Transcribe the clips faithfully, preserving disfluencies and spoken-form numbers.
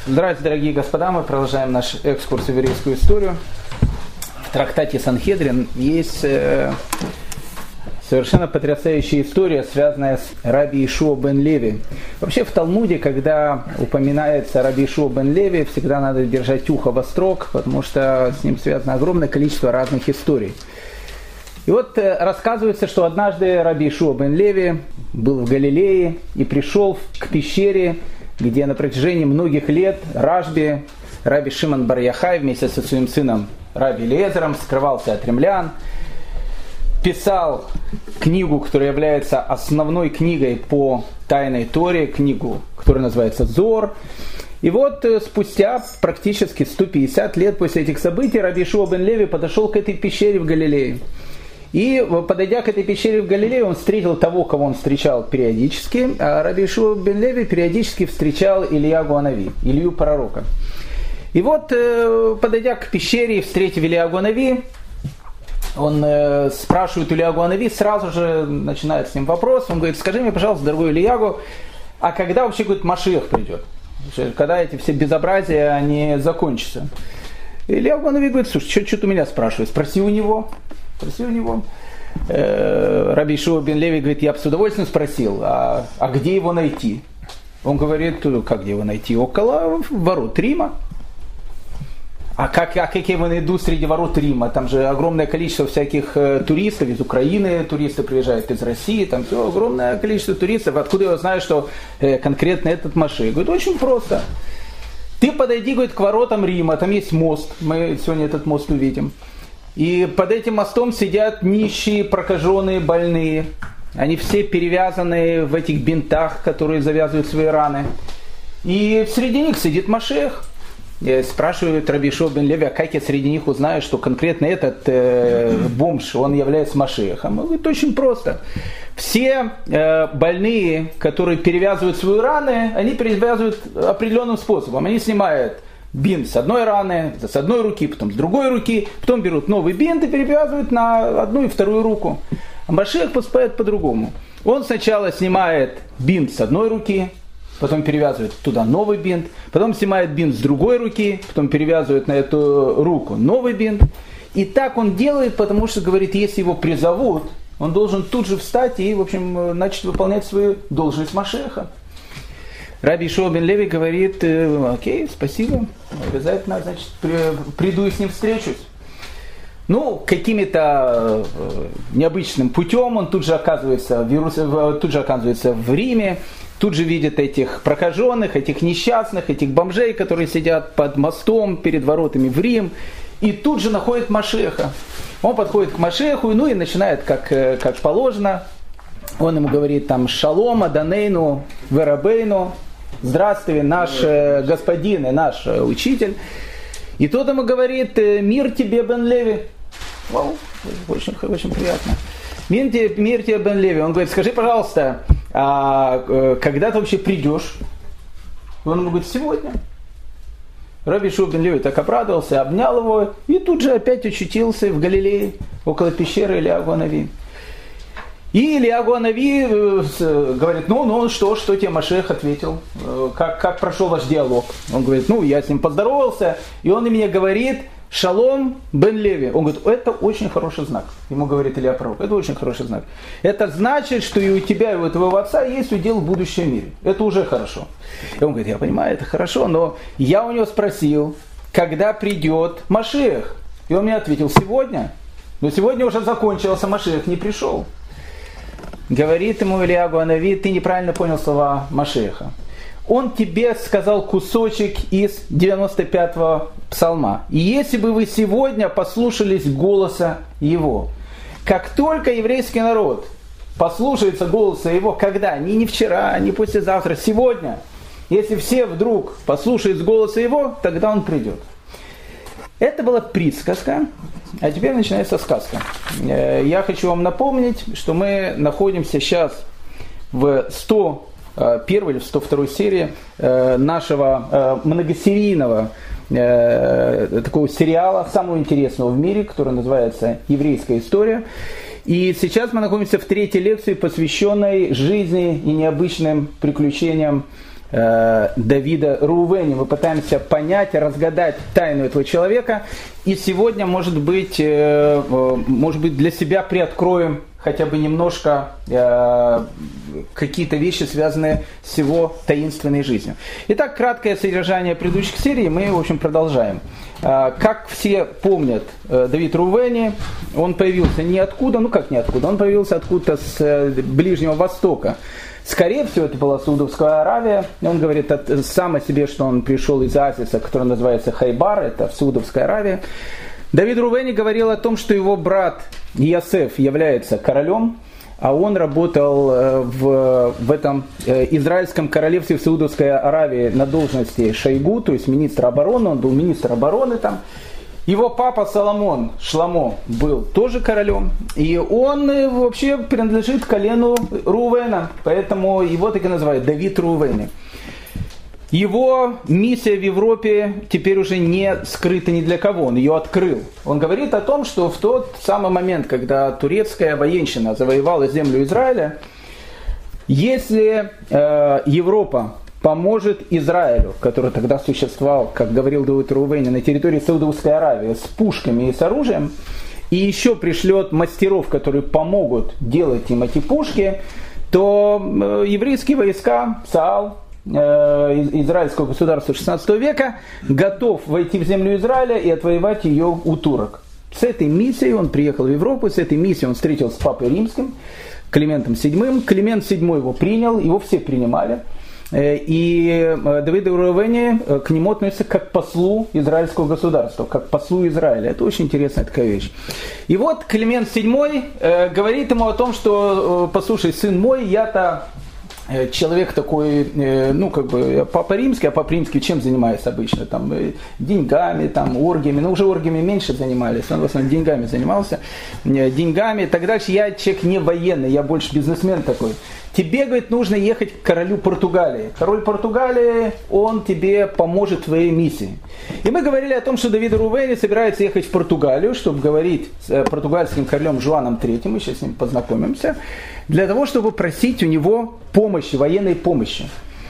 Здравствуйте, дорогие господа, мы продолжаем наш экскурс в еврейскую историю. В трактате Санхедрин есть э, совершенно потрясающая история, связанная с Раби Ишуа бен Леви. Вообще в Талмуде, когда упоминается Раби Ишуа бен Леви, всегда надо держать ухо востро, потому что с ним связано огромное количество разных историй. И вот э, рассказывается, что однажды Раби Ишуа бен Леви был в Галилее и пришел к пещере, где на протяжении многих лет Рашби, Раби Шимон бар Йохай вместе со своим сыном Раби Элиэзером скрывался от римлян, писал книгу, которая является основной книгой по тайной Торе, книгу, которая называется Зор. И вот спустя практически сто пятьдесят лет после этих событий Раби Ишуа бен Леви подошел к этой пещере в Галилее. И, подойдя к этой пещере в Галилее, он встретил того, кого он встречал периодически. А Раби Ишуа бен Леви периодически встречал Ильягу Анави, Илью пророка. И вот, подойдя к пещере и встретив Ильягу Анави, он спрашивает Ильягу Анави, сразу же начинает с ним вопрос. Он говорит: скажи мне, пожалуйста, дорогой Ильягу, а когда вообще, говорит, Машиах придет? Когда эти все безобразия, они закончатся? Ильягу Анави говорит: слушай, что, что ты меня спрашиваешь? Спроси у него. Спроси у него. Э, Раби Ишуа бен Леви говорит: я бы с удовольствием спросил, а, а где его найти? Он говорит: как где его найти? Около ворот Рима. А как, а как я его найду среди ворот Рима? Там же огромное количество всяких э, туристов, из Украины туристы приезжают, из России, там все огромное количество туристов. Откуда я знаю, что э, конкретно этот Машиах? Говорит: очень просто. Ты подойди, говорит, к воротам Рима, там есть мост, мы сегодня этот мост увидим. И под этим мостом сидят нищие, прокаженные, больные. Они все перевязаны в этих бинтах, которые завязывают свои раны. И среди них сидит Машиах. Спрашивает Раби Ишуа бен Леви: а как я среди них узнаю, что конкретно этот э, бомж, он является Машиахом? Он говорит: очень просто. Все э, больные, которые перевязывают свои раны, они перевязывают определенным способом. Они снимают бинт с одной раны, с одной руки, потом с другой руки, потом берут новый бинт и перевязывают на одну и вторую руку. А Машиах поступает по-другому. Он сначала снимает бинт с одной руки, потом перевязывает туда новый бинт, потом снимает бинт с другой руки, потом перевязывает на эту руку новый бинт. И так он делает, потому что, говорит, если его призовут, он должен тут же встать и, в общем, начать выполнять свою должность Машиаха. Раби Ишуа бен Леви говорит: окей, спасибо, обязательно, значит, приду и с ним встречусь. Ну, каким-то необычным путем он тут же оказывается в, Иерус... тут же оказывается в Риме, тут же видит этих прокаженных, этих несчастных, этих бомжей, которые сидят под мостом перед воротами в Рим, и тут же находит Машиаха. Он подходит к Машиаху, ну и начинает, как, как положено. Он ему говорит там: шалом, адонейну, верабейну, здравствуй, наш э, господин и наш э, учитель. И тот ему говорит: мир тебе, бен Леви. Вау, очень, очень приятно. Мир тебе, мир тебе, бен Леви. Он говорит: скажи, пожалуйста, а, э, когда ты вообще придешь? Он ему говорит: сегодня. Раби Ишуа бен Леви так обрадовался, обнял его и тут же опять очутился в Галилее, около пещеры Ильягу Анави. И Ильягу Анави э, говорит: ну, ну, что, что тебе Машиах ответил? Э, как, как прошел ваш диалог? Он говорит: ну, я с ним поздоровался, и он мне говорит: шалом, бен Леви. Он говорит: это очень хороший знак. Ему говорит Илья пророк: это очень хороший знак. Это значит, что и у тебя, и у твоего отца есть удел в будущем мире. Это уже хорошо. И он говорит: я понимаю, это хорошо, но я у него спросил, когда придет Машиах. И он мне ответил: сегодня. Но сегодня уже закончился, Машиах не пришел. Говорит ему Ильягу Анави: ты неправильно понял слова Машиаха. Он тебе сказал кусочек из девяносто пятого псалма. И если бы вы сегодня послушались голоса его, как только еврейский народ послушается голоса его, когда? Не, не вчера, не послезавтра, сегодня. Если все вдруг послушают голоса его, тогда он придет. Это была присказка, а теперь начинается сказка. Я хочу вам напомнить, что мы находимся сейчас в сто первой или в сто второй серии нашего многосерийного такого сериала, самого интересного в мире, который называется «Еврейская история». И сейчас мы находимся в третьей лекции, посвященной жизни и необычным приключениям э, Давида Реувени. Мы пытаемся понять, разгадать тайну этого человека. И сегодня, может быть, э, может быть для себя приоткроем хотя бы немножко э, какие-то вещи, связанные с его таинственной жизнью. Итак, краткое содержание предыдущих серий мы, в общем, продолжаем. Э, как все помнят, э, Давид Реувени, он появился ниоткуда, ну как ниоткуда, он появился откуда-то с э, Ближнего Востока. Скорее всего, это была Саудовская Аравия. Он говорит от, сам о себе, что он пришел из оазиса, который называется Хайбар, это в Саудовской Аравии. Давид Реувени говорил о том, что его брат Иосиф является королем, а он работал в, в этом израильском королевстве в Саудовской Аравии на должности шойгу, то есть министра обороны, он был министр обороны там. Его папа Соломон Шламо был тоже королем, и он вообще принадлежит колену Реувена, поэтому его так и называют Давид Реувени. Его миссия в Европе теперь уже не скрыта ни для кого, он ее открыл. Он говорит о том, что в тот самый момент, когда турецкая военщина завоевала землю Израиля, если э, Европа поможет Израилю, который тогда существовал, как говорил Давид Реувени, на территории Саудовской Аравии, с пушками и с оружием, и еще пришлет мастеров, которые помогут делать им эти пушки, то э, еврейские войска, Цаал, израильского государства шестнадцатого века, готов войти в землю Израиля и отвоевать ее у турок. С этой миссией он приехал в Европу, с этой миссией он встретился с Папой Римским, Климентом седьмым. Климент седьмой его принял, его все принимали. И Давид Реувени к нему относится как к послу израильского государства, как к послу Израиля. Это очень интересная такая вещь. И вот Климент седьмой говорит ему о том, что, послушай, сын мой, я-то человек такой, ну, как бы, Папа Римский, а Папа Римский чем занимается обычно? Там, деньгами, там, оргиями, ну, уже оргиями меньше занимались, он в основном деньгами занимался, деньгами и так дальше. Я человек не военный, я больше бизнесмен такой. Тебе, говорит, нужно ехать к королю Португалии. Король Португалии, он тебе поможет в твоей миссии. И мы говорили о том, что Давид Реувени собирается ехать в Португалию, чтобы говорить с португальским королем Жуаном третьим, мы сейчас с ним познакомимся, для того, чтобы просить у него помощи, военной помощи.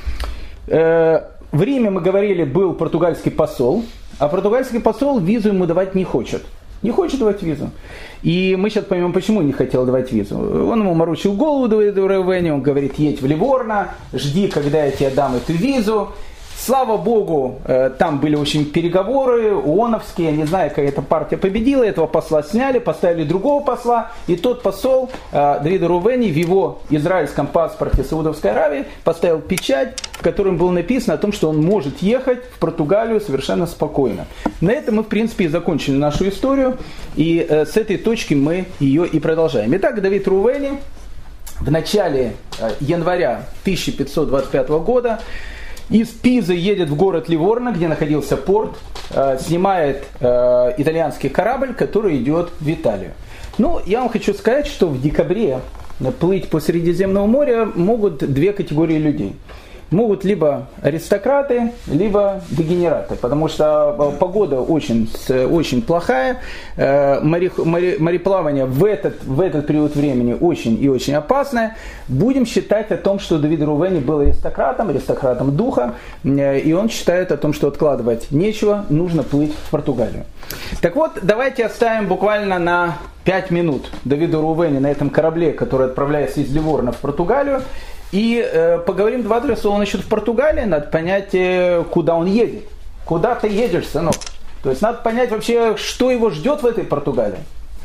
В Риме, мы говорили, был португальский посол, а португальский посол визу ему давать не хочет. Не хочет давать визу. И мы сейчас поймем, почему не хотел давать визу. Он ему морочил голову, Давиду Реувени, он говорит, едь в Ливорно, жди, когда я тебе дам эту визу. Слава Богу, там были очень переговоры, ООНовские, я не знаю, как эта партия победила, этого посла сняли, поставили другого посла, и тот посол, Давид Реувени, в его израильском паспорте Саудовской Аравии поставил печать, в котором было написано о том, что он может ехать в Португалию совершенно спокойно. На этом мы, в принципе, и закончили нашу историю, и с этой точки мы ее и продолжаем. Итак, Давид Реувени в начале января тысяча пятьсот двадцать пятого года из Пизы едет в город Ливорно, где находился порт, э, снимает э, итальянский корабль, который идет в Италию. Ну, я вам хочу сказать, что в декабре плыть по Средиземному морю могут две категории людей. Могут либо аристократы, либо дегенераты, потому что погода очень, очень плохая, море, море, мореплавание в этот, в этот период времени очень и очень опасное. Будем считать о том, что Давид Реувени был аристократом, аристократом духа, и он считает о том, что откладывать нечего, нужно плыть в Португалию. Так вот, давайте оставим буквально на пять минут Давида Реувени на этом корабле, который отправляется из Ливорно в Португалию. И э, поговорим два-три слова насчет в Португалии. Надо понять, э, куда он едет. Куда ты едешь, сынок? То есть надо понять вообще, что его ждет в этой Португалии.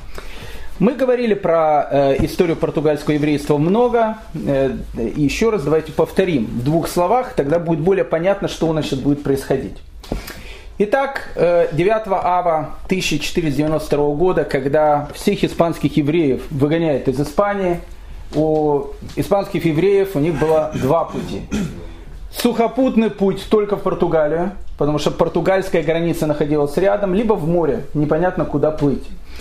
Мы говорили про э, историю португальского еврейства много. Э, еще раз давайте повторим в двух словах, тогда будет более понятно, что у нас сейчас будет происходить. Итак, девятого ава тысяча четыреста девяносто второго года, когда всех испанских евреев выгоняют из Испании, у испанских евреев у них было два пути. Сухопутный путь только в Португалию, потому что португальская граница находилась рядом, либо в море, непонятно куда плыть.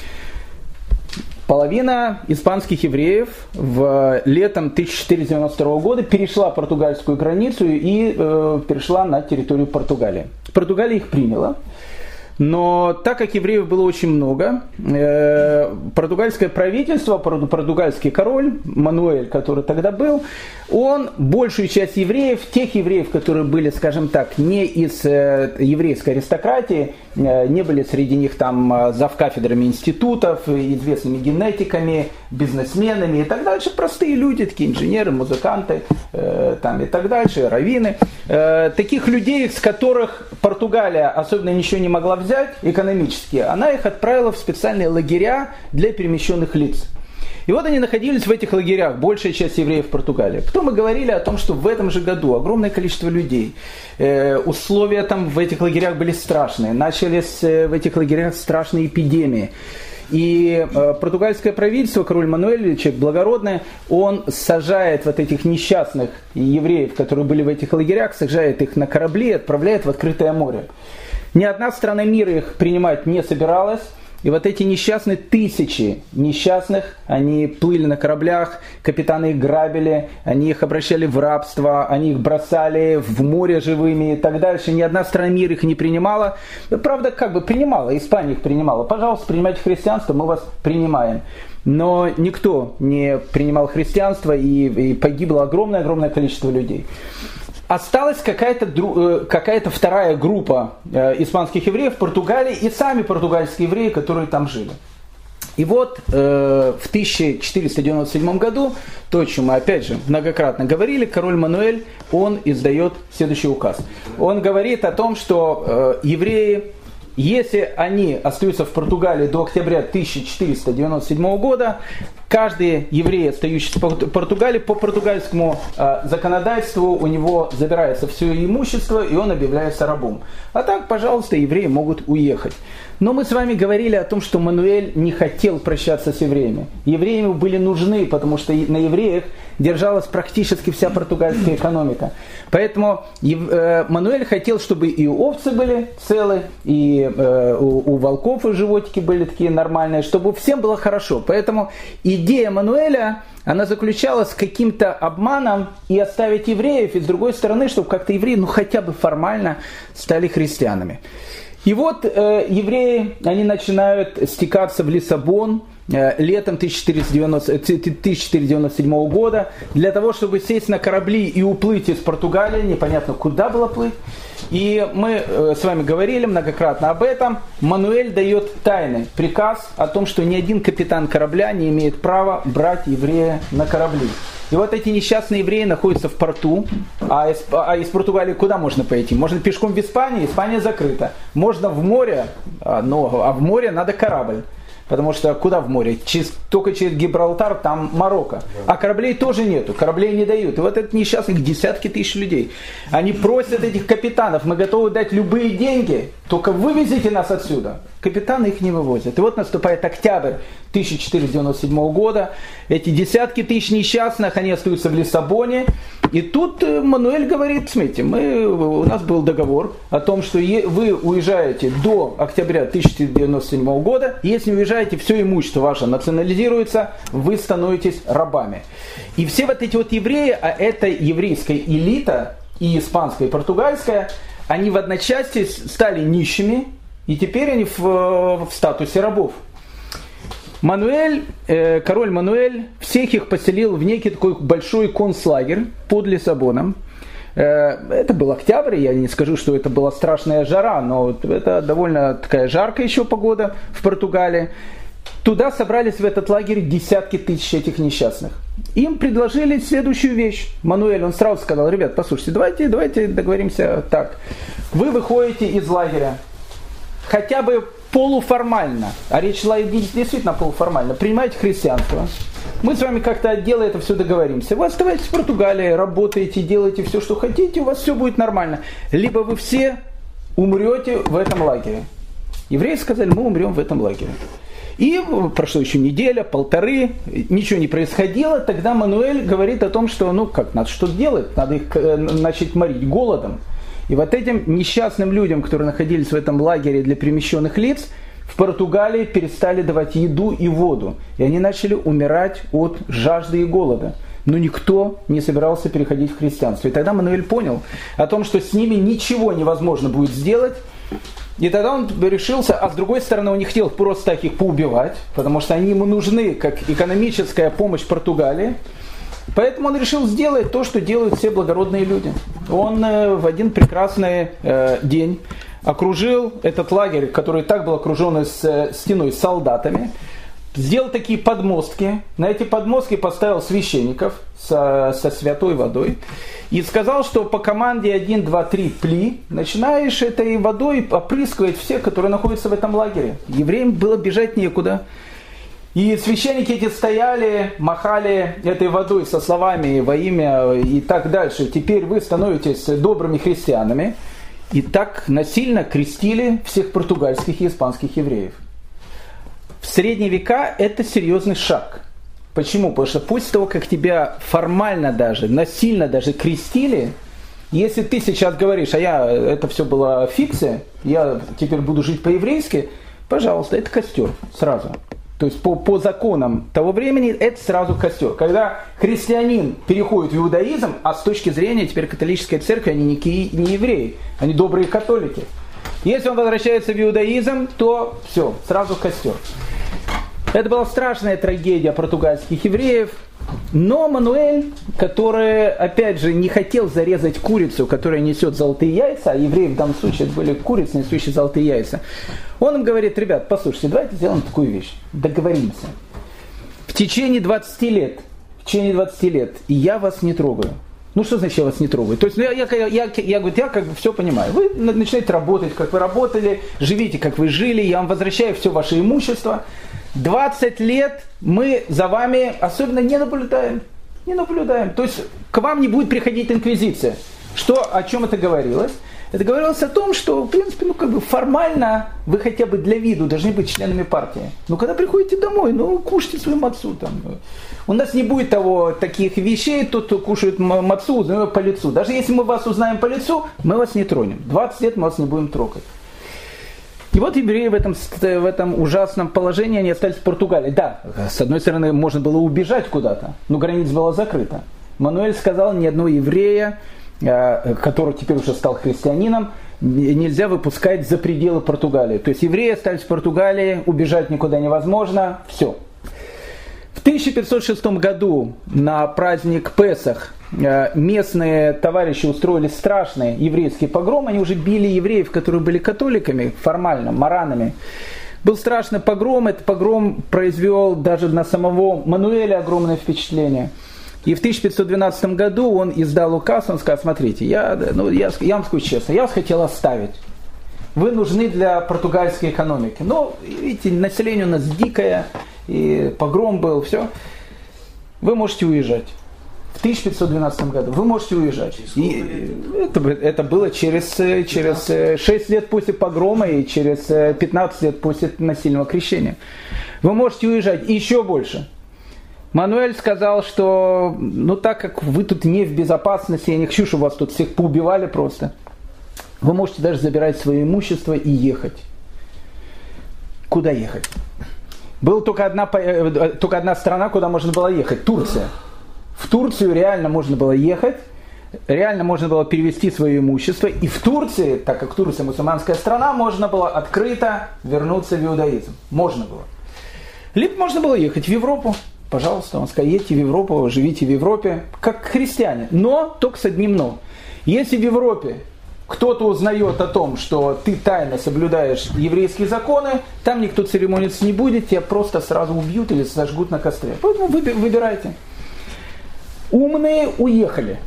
Половина испанских евреев в летом тысяча четыреста девяносто второго года перешла португальскую границу и э, перешла на территорию Португалии. Португалия их приняла. Но так как евреев было очень много, э, португальское правительство, португальский король Мануэль, который тогда был, он большую часть евреев, тех евреев, которые были, скажем так, не из э, еврейской аристократии, э, не были среди них там завкафедрами институтов, известными генетиками, бизнесменами и так дальше, простые люди, такие инженеры, музыканты э, там, и так дальше, раввины. Э, таких людей, с которых Португалия особенно ничего не могла взять экономически, она их отправила в специальные лагеря для перемещенных лиц. И вот они находились в этих лагерях, большая часть евреев в Португалии. Потом мы говорили о том, что в этом же году огромное количество людей, э, условия там в этих лагерях были страшные, начались э, в этих лагерях страшные эпидемии. И э, португальское правительство, король Мануэль, человек благородный, он сажает вот этих несчастных евреев, которые были в этих лагерях, сажает их на корабли и отправляет в открытое море. Ни одна страна мира их принимать не собиралась. И вот эти несчастные, тысячи несчастных, они плыли на кораблях, капитаны их грабили, они их обращали в рабство, они их бросали в море живыми и так дальше. Ни одна страна мира их не принимала. Правда, как бы принимала, Испания их принимала. Пожалуйста, принимайте христианство, мы вас принимаем. Но никто не принимал христианство, и, и погибло огромное-огромное количество людей. Осталась какая-то, какая-то вторая группа испанских евреев в Португалии и сами португальские евреи, которые там жили. И вот э, в тысяча четыреста девяносто седьмом году, то, о чем мы опять же многократно говорили, король Мануэль, он издает следующий указ. Он говорит о том, что э, евреи, если они остаются в Португалии до октября тысяча четыреста девяносто седьмого года, каждый еврей, остающийся в Португалии, по португальскому э, законодательству у него забирается все имущество, и он объявляется рабом. А так, пожалуйста, евреи могут уехать. Но мы с вами говорили о том, что Мануэль не хотел прощаться с евреями. Евреи ему были нужны, потому что на евреях держалась практически вся португальская экономика. Поэтому э, Мануэль хотел, чтобы и овцы были целы, и э, у, у волков и животики были такие нормальные, чтобы всем было хорошо. Поэтому идея Мануэля, она заключалась каким-то обманом и оставить евреев, и с другой стороны, чтобы как-то евреи, ну хотя бы формально, стали христианами. И вот э, евреи, они начинают стекаться в Лиссабон э, летом тысяча четыреста девяносто седьмого года для того, чтобы сесть на корабли и уплыть из Португалии, непонятно куда было плыть. И мы э, с вами говорили многократно об этом. Мануэль дает тайный приказ о том, что ни один капитан корабля не имеет права брать еврея на корабли. И вот эти несчастные евреи находятся в порту, а из, а из Португалии куда можно пойти? Можно пешком в Испанию, Испания закрыта. Можно в море, но, а в море надо корабль. Потому что куда в море? Через, только через Гибралтар, там Марокко. А кораблей тоже нету, кораблей не дают. И вот это несчастных десятки тысяч людей. Они просят этих капитанов, мы готовы дать любые деньги, только вывезите нас отсюда. Капитаны их не вывозят. И вот наступает октябрь тысяча четыреста девяносто седьмого года. Эти десятки тысяч несчастных, они остаются в Лиссабоне. И тут Мануэль говорит, смотрите, мы, у нас был договор о том, что вы уезжаете до октября тысяча четыреста девяносто седьмого года. Если уезжаете, все имущество ваше национализируется, вы становитесь рабами. И все вот эти вот евреи, а это еврейская элита, и испанская, и португальская, они в одночасье стали нищими, и теперь они в, в статусе рабов. Мануэль, э, король Мануэль всех их поселил в некий такой большой концлагерь под Лиссабоном. Э, это был октябрь, я не скажу, что это была страшная жара, но это довольно такая жаркая еще погода в Португалии. Туда собрались в этот лагерь десятки тысяч этих несчастных. Им предложили следующую вещь. Мануэль, он сразу сказал, ребят, послушайте, давайте, давайте договоримся так. Вы выходите из лагеря хотя бы полуформально, а речь шла действительно полуформально, принимайте христианство. Мы с вами как-то отдела это все договоримся. Вы оставайтесь в Португалии, работаете, делаете все, что хотите, у вас все будет нормально. Либо вы все умрете в этом лагере. Евреи сказали, мы умрем в этом лагере. И прошло еще неделя, полторы, ничего не происходило. Тогда Мануэль говорит о том, что ну как, надо что-то делать, надо их начать морить голодом. И вот этим несчастным людям, которые находились в этом лагере для перемещенных лиц, в Португалии перестали давать еду и воду. И они начали умирать от жажды и голода. но никто не собирался переходить в христианство. И тогда Мануэль понял о том, что с ними ничего невозможно будет сделать. И тогда он решился, а с другой стороны он не хотел просто так их поубивать, потому что они ему нужны как экономическая помощь Португалии. Поэтому он решил сделать то, что делают все благородные люди. Он в один прекрасный день окружил этот лагерь, который так был окружен стеной с солдатами, сделал такие подмостки, на эти подмостки поставил священников со, со святой водой и сказал, что по команде один, два, три, пли, начинаешь этой водой опрыскивать всех, которые находятся в этом лагере. Евреям было бежать некуда. И священники эти стояли, махали этой водой со словами во имя и так дальше. Теперь вы становитесь добрыми христианами. И так насильно крестили всех португальских и испанских евреев. В средние века это серьезный шаг. Почему? Потому что после того, как тебя формально даже, насильно даже крестили, если ты сейчас говоришь, а я, это все была фикция, я теперь буду жить по-еврейски, пожалуйста, это костер сразу. То есть по, по законам того времени это сразу костер. Когда христианин переходит в иудаизм, а с точки зрения теперь католической церкви, они не, ки, не евреи, они добрые католики. Если он возвращается в иудаизм, то все, сразу костер. Это была страшная трагедия португальских евреев. Но Мануэль, который, опять же, не хотел зарезать курицу, которая несет золотые яйца, а евреи в данном случае были курицы, несущие золотые яйца, он им говорит: ребят, послушайте, давайте сделаем такую вещь, договоримся. В течение двадцати лет, в течение двадцати лет я вас не трогаю. Ну что значит я вас не трогаю? То есть ну, я, я, я, я, я, говорю, я как бы все понимаю. Вы начинаете работать, как вы работали, живите, как вы жили, я вам возвращаю все ваше имущество. двадцать лет мы за вами особенно не наблюдаем. Не наблюдаем. То есть к вам не будет приходить инквизиция. Что, о чем это говорилось? Это говорилось о том, что, в принципе, ну как бы формально вы хотя бы для виду должны быть членами партии. Но когда приходите домой, ну кушайте свою мацу там. У нас не будет того, таких вещей, тот, кто кушает мацу, узнаем по лицу. Даже если мы вас узнаем по лицу, мы вас не тронем. двадцать лет мы вас не будем трогать. И вот евреи в этом, в этом ужасном положении, они остались в Португалии. Да, с одной стороны, можно было убежать куда-то, но граница была закрыта. Мануэль сказал, ни одного еврея, который теперь уже стал христианином, нельзя выпускать за пределы Португалии. То есть евреи остались в Португалии, убежать никуда невозможно, все. В тысяча пятьсот шестом году на праздник Песах местные товарищи устроили страшный еврейский погром. Они уже били евреев, которые были католиками, формально, маранами. Был страшный погром. Этот погром произвел даже на самого Мануэля огромное впечатление. И в тысяча пятьсот двенадцатом году он издал указ, он сказал: смотрите, я, ну, я, я вам скажу честно, я вас хотел оставить. Вы нужны для португальской экономики. Но, видите, население у нас дикое, и погром был, все. Вы можете уезжать. В тысяча пятьсот двенадцатом году вы можете уезжать. И это, это было через, через шесть лет после погрома и через пятнадцать лет после насильного крещения. Вы можете уезжать. И еще больше. Мануэль сказал, что ну так как вы тут не в безопасности, я не хочу, чтобы вас тут всех поубивали просто. Вы можете даже забирать свое имущество и ехать. Куда ехать? Была только одна, только одна страна, куда можно было ехать. Турция. В Турцию реально можно было ехать, реально можно было перевести свое имущество. И в Турции, так как Турция мусульманская страна, можно было открыто вернуться в иудаизм. Можно было. Либо можно было ехать в Европу. Пожалуйста, он сказал, едьте в Европу, живите в Европе, как христиане. Но только с одним но. Если в Европе кто-то узнает о том, что ты тайно соблюдаешь еврейские законы, там никто церемониться не будет, тебя просто сразу убьют или сожгут на костре. Поэтому выбирайте. Умные уехали.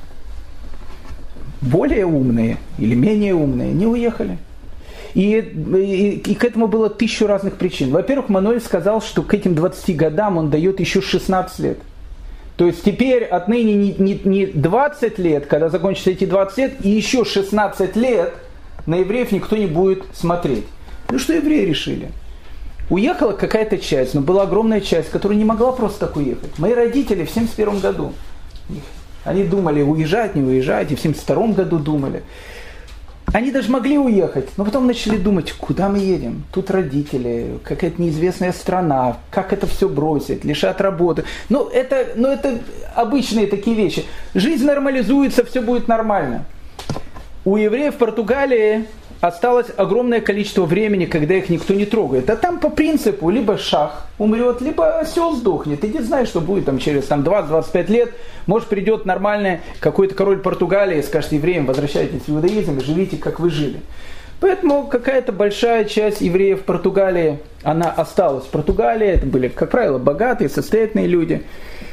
Более умные или менее умные не уехали. И, и, и к этому было тысячу разных причин. Во-первых, Мануэль сказал, что к этим двадцати годам он дает еще шестнадцать лет. То есть теперь отныне не, не, не двадцать лет, когда закончатся эти двадцать лет, и еще шестнадцать лет на евреев никто не будет смотреть. Ну что евреи решили? Уехала какая-то часть, но была огромная часть, которая не могла просто так уехать. Мои родители в семьдесят первом году, они думали, уезжать, не уезжать, и в семьдесят втором году думали. Они даже могли уехать, но потом начали думать, куда мы едем? Тут родители, какая-то неизвестная страна, как это все бросить, лишат работы. Ну это, ну, это обычные такие вещи. Жизнь нормализуется, все будет нормально. У евреев в Португалии осталось огромное количество времени, когда их никто не трогает. А там по принципу либо шах умрет, либо осел сдохнет. Иди знаешь, что будет там, через там, двадцать-двадцать пять лет. Может, придет нормальный какой-то король Португалии и скажет евреям, возвращайтесь в иудаизм и живите, как вы жили. Поэтому какая-то большая часть евреев в Португалии, она осталась в Португалии. Это были, как правило, богатые, состоятельные люди.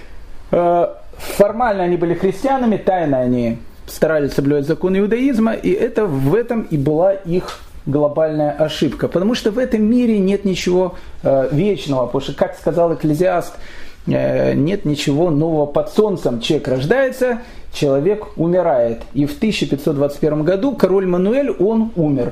Формально они были христианами, тайно они старались соблюдать законы иудаизма, и это в этом и была их глобальная ошибка. Потому что в этом мире нет ничего э, вечного, потому что, как сказал Экклезиаст, э, нет ничего нового под солнцем. Человек рождается, человек умирает. И в тысяча пятьсот двадцать первом году король Мануэль, он умер.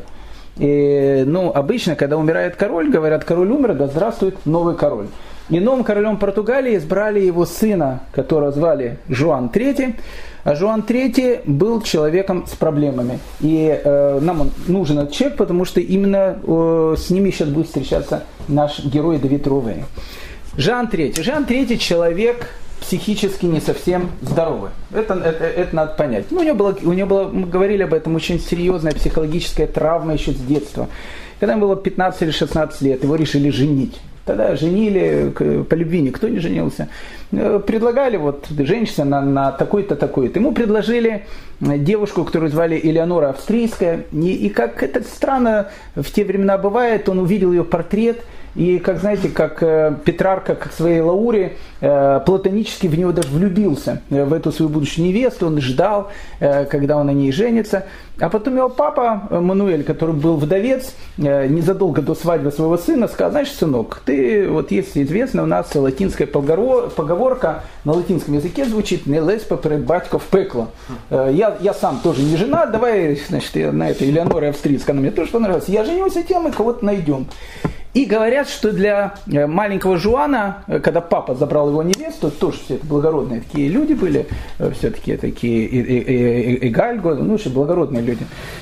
И, ну, обычно, когда умирает король, говорят, король умер, да здравствует новый король. И новым королем Португалии избрали его сына, которого звали Жоан третий. А Жоан третий был человеком с проблемами. И э, нам он нужен этот человек, потому что именно э, с ними сейчас будет встречаться наш герой Давид Рувейн. Жоан третий. Жоан третий человек психически не совсем здоровый. Это, это, это надо понять. Ну, у него было, у него было, мы говорили об этом, очень серьезная психологическая травма еще с детства. Когда ему было пятнадцать или шестнадцать лет, его решили женить. Тогда женили, по любви никто не женился. Предлагали вот женщина на, на такой-то, такой-то. Ему предложили девушку, которую звали Элеонора Австрийская. И, и как это странно в те времена бывает, он увидел ее портрет. И, как знаете, как Петрарка к своей Лауре платонически в него даже влюбился, в эту свою будущую невесту. Он ждал, когда он на ней женится. А потом его папа Мануэль, который был вдовец, незадолго до свадьбы своего сына, сказал: знаешь, сынок, ты, вот есть известно, у нас латинская поговорка на латинском языке звучит «не лезь поперед батька в пекло». Я, я сам тоже не женат, давай, значит, на этой Элеоноре Австрийской, она мне тоже понравилась. Я женюсь, а тем мы кого-то найдем. И говорят, что для маленького Жоана, когда папа забрал его невесту, тоже все это благородные такие люди были, все-таки такие и, и, и, и Гальго, ну, что благородные люди.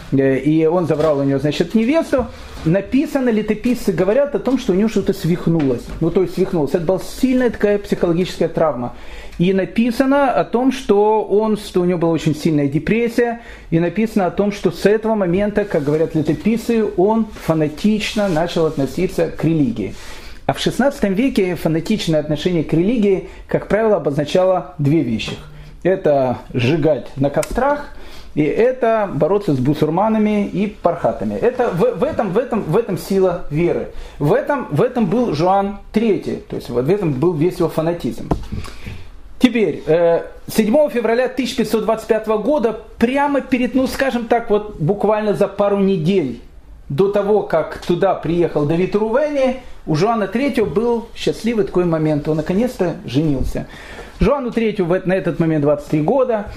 И он забрал у него, значит, невесту. Написано, летописцы говорят о том, что у него что-то свихнулось. Ну, то есть свихнулось. Это была сильная такая психологическая травма. И написано о том, что, он, что у него была очень сильная депрессия. И написано о том, что с этого момента, как говорят летописцы, он фанатично начал относиться к религии. А в шестнадцатом веке фанатичное отношение к религии, как правило, обозначало две вещи. Это сжигать на кострах, и это бороться с бусурманами и пархатами. Это в, в, этом, в, этом, в этом сила веры. В этом, в этом был Жоан третий. То есть вот в этом был весь его фанатизм. Теперь, седьмого февраля тысяча пятьсот двадцать пятого года, прямо перед, ну скажем так, вот буквально за пару недель до того, как туда приехал Давид Рувейн, у Жоана третьего был счастливый такой момент. Он наконец-то женился. Жоану третьему на этот момент двадцать три года.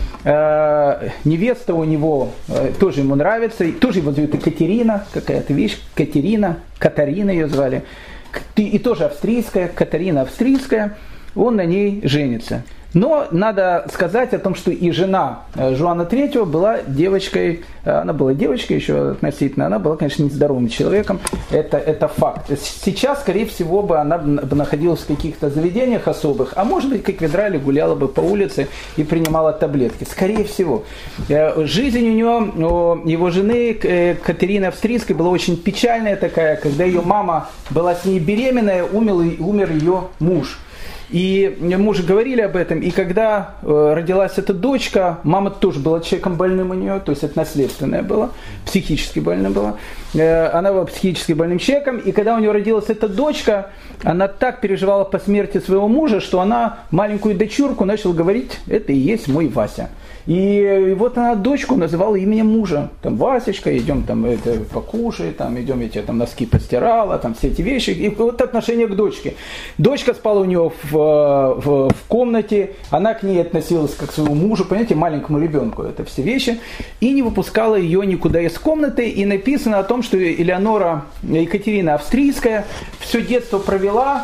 Э, невеста у него э, тоже ему нравится. И тоже его зовут Екатерина, какая-то вещь. Катерина, Катарина ее звали. И, и тоже австрийская, Катарина австрийская. Он на ней женится. Но надо сказать о том, что и жена Жоана третьего была девочкой, она была девочкой еще относительно, она была, конечно, нездоровым человеком, это, это факт. Сейчас, скорее всего, бы она бы находилась в каких-то заведениях особых, а может быть, как Ведрали, гуляла бы по улице и принимала таблетки. Скорее всего. Жизнь у него, у его жены Катерины Австрийской была очень печальная такая, когда ее мама была с ней беременная, умер, умер ее муж. И мы уже говорили об этом, и когда э, родилась эта дочка, мама тоже была человеком больным у нее, то есть это наследственное было, психически больным было. Э, она была психически больным человеком, и когда у нее родилась эта дочка, она так переживала по смерти своего мужа, что она маленькую дочурку начала говорить: это и есть мой Вася. И, и вот она дочку называла именем мужа. Там: Васечка, идем там это, покушай, там, идем, я тебе там носки постирала, там все эти вещи. И вот отношение к дочке. Дочка спала у нее в, в, в комнате, она к ней относилась как к своему мужу, понимаете, маленькому ребенку, это все вещи. И не выпускала ее никуда из комнаты. И написано о том, что Элеонора Екатерина Австрийская все детство провела,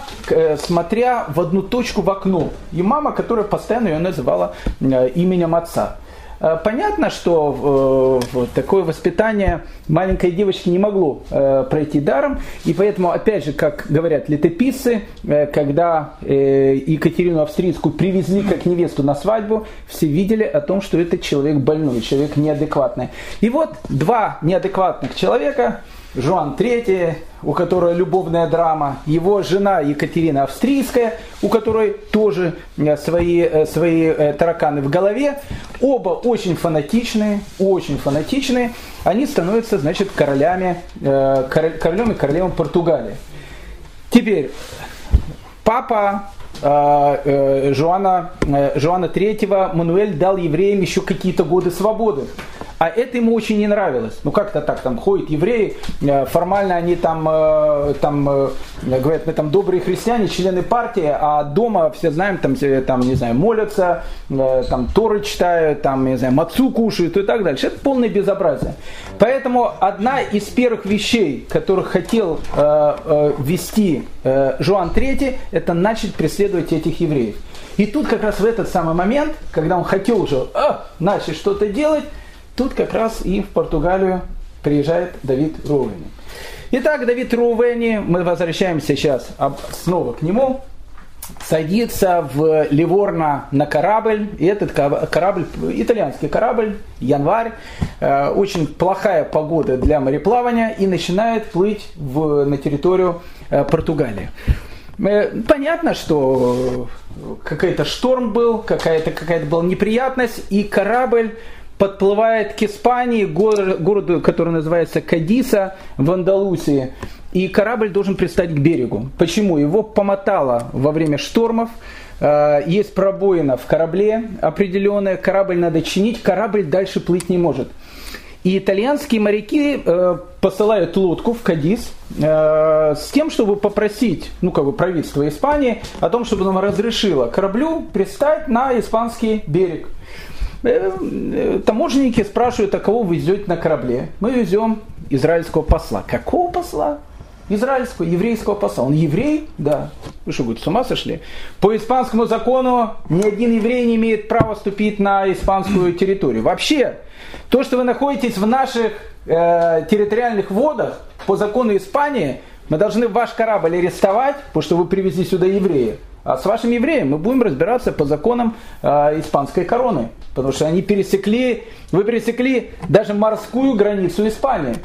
смотря в одну точку в окно. И мама, которая постоянно ее называла именем отца. понятно, что такое воспитание маленькой девочки не могло пройти даром. И поэтому, опять же, как говорят летописцы, когда Екатерину Австрийскую привезли как невесту на свадьбу, все видели о том, что это человек больной, человек неадекватный. И вот два неадекватных человека, Жуан третий, у которого любовная драма, его жена Екатерина Австрийская, у которой тоже свои, свои тараканы в голове, оба очень фанатичные, очень фанатичные, они становятся, значит, королями, королем и королевой Португалии. Теперь, папа Жуана, Жуана третьего Мануэль дал евреям еще какие-то годы свободы. А это ему очень не нравилось. Ну как-то так, там ходят евреи, формально они там, там говорят, мы там добрые христиане, члены партии, а дома все знаем, там, там не знаю, молятся, там Торы читают, там, не знаю, мацу кушают и так дальше. Это полное безобразие. Поэтому одна из первых вещей, которых хотел э, э, ввести э, Жуан третий, это начать преследовать этих евреев. И тут как раз в этот самый момент, когда он хотел уже а, начать что-то делать, тут как раз и в Португалию приезжает Давид Рувени. Итак, Давид Рувени, мы возвращаемся сейчас снова к нему, садится в Ливорно на корабль, и этот корабль, итальянский корабль, январь, очень плохая погода для мореплавания, и начинает плыть в, на территорию Португалии. Понятно, что какой-то шторм был, какая-то, какая-то была неприятность, и корабль подплывает к Испании, город, городу, который называется Кадиса в Андалусии, и корабль должен пристать к берегу. Почему? Его помотало во время штормов, есть пробоина в корабле определенная, корабль надо чинить, корабль дальше плыть не может. И итальянские моряки э, посылают лодку в Кадис э, с тем, чтобы попросить, ну, как бы, правительство Испании о том, чтобы оно разрешило кораблю пристать на испанский берег. Э, э, таможенники спрашивают, а кого вы везете на корабле? Мы везем израильского посла. Какого посла? Израильского, еврейского посла. Он еврей? Да. Вы что, говорите, с ума сошли? По испанскому закону ни один еврей не имеет права ступить на испанскую территорию. Вообще, то, что вы находитесь в наших э, территориальных водах, по закону Испании, мы должны ваш корабль арестовать, потому что вы привезли сюда евреев. А с вашим евреем мы будем разбираться по законам э, испанской короны. Потому что они пересекли, вы пересекли даже морскую границу Испании.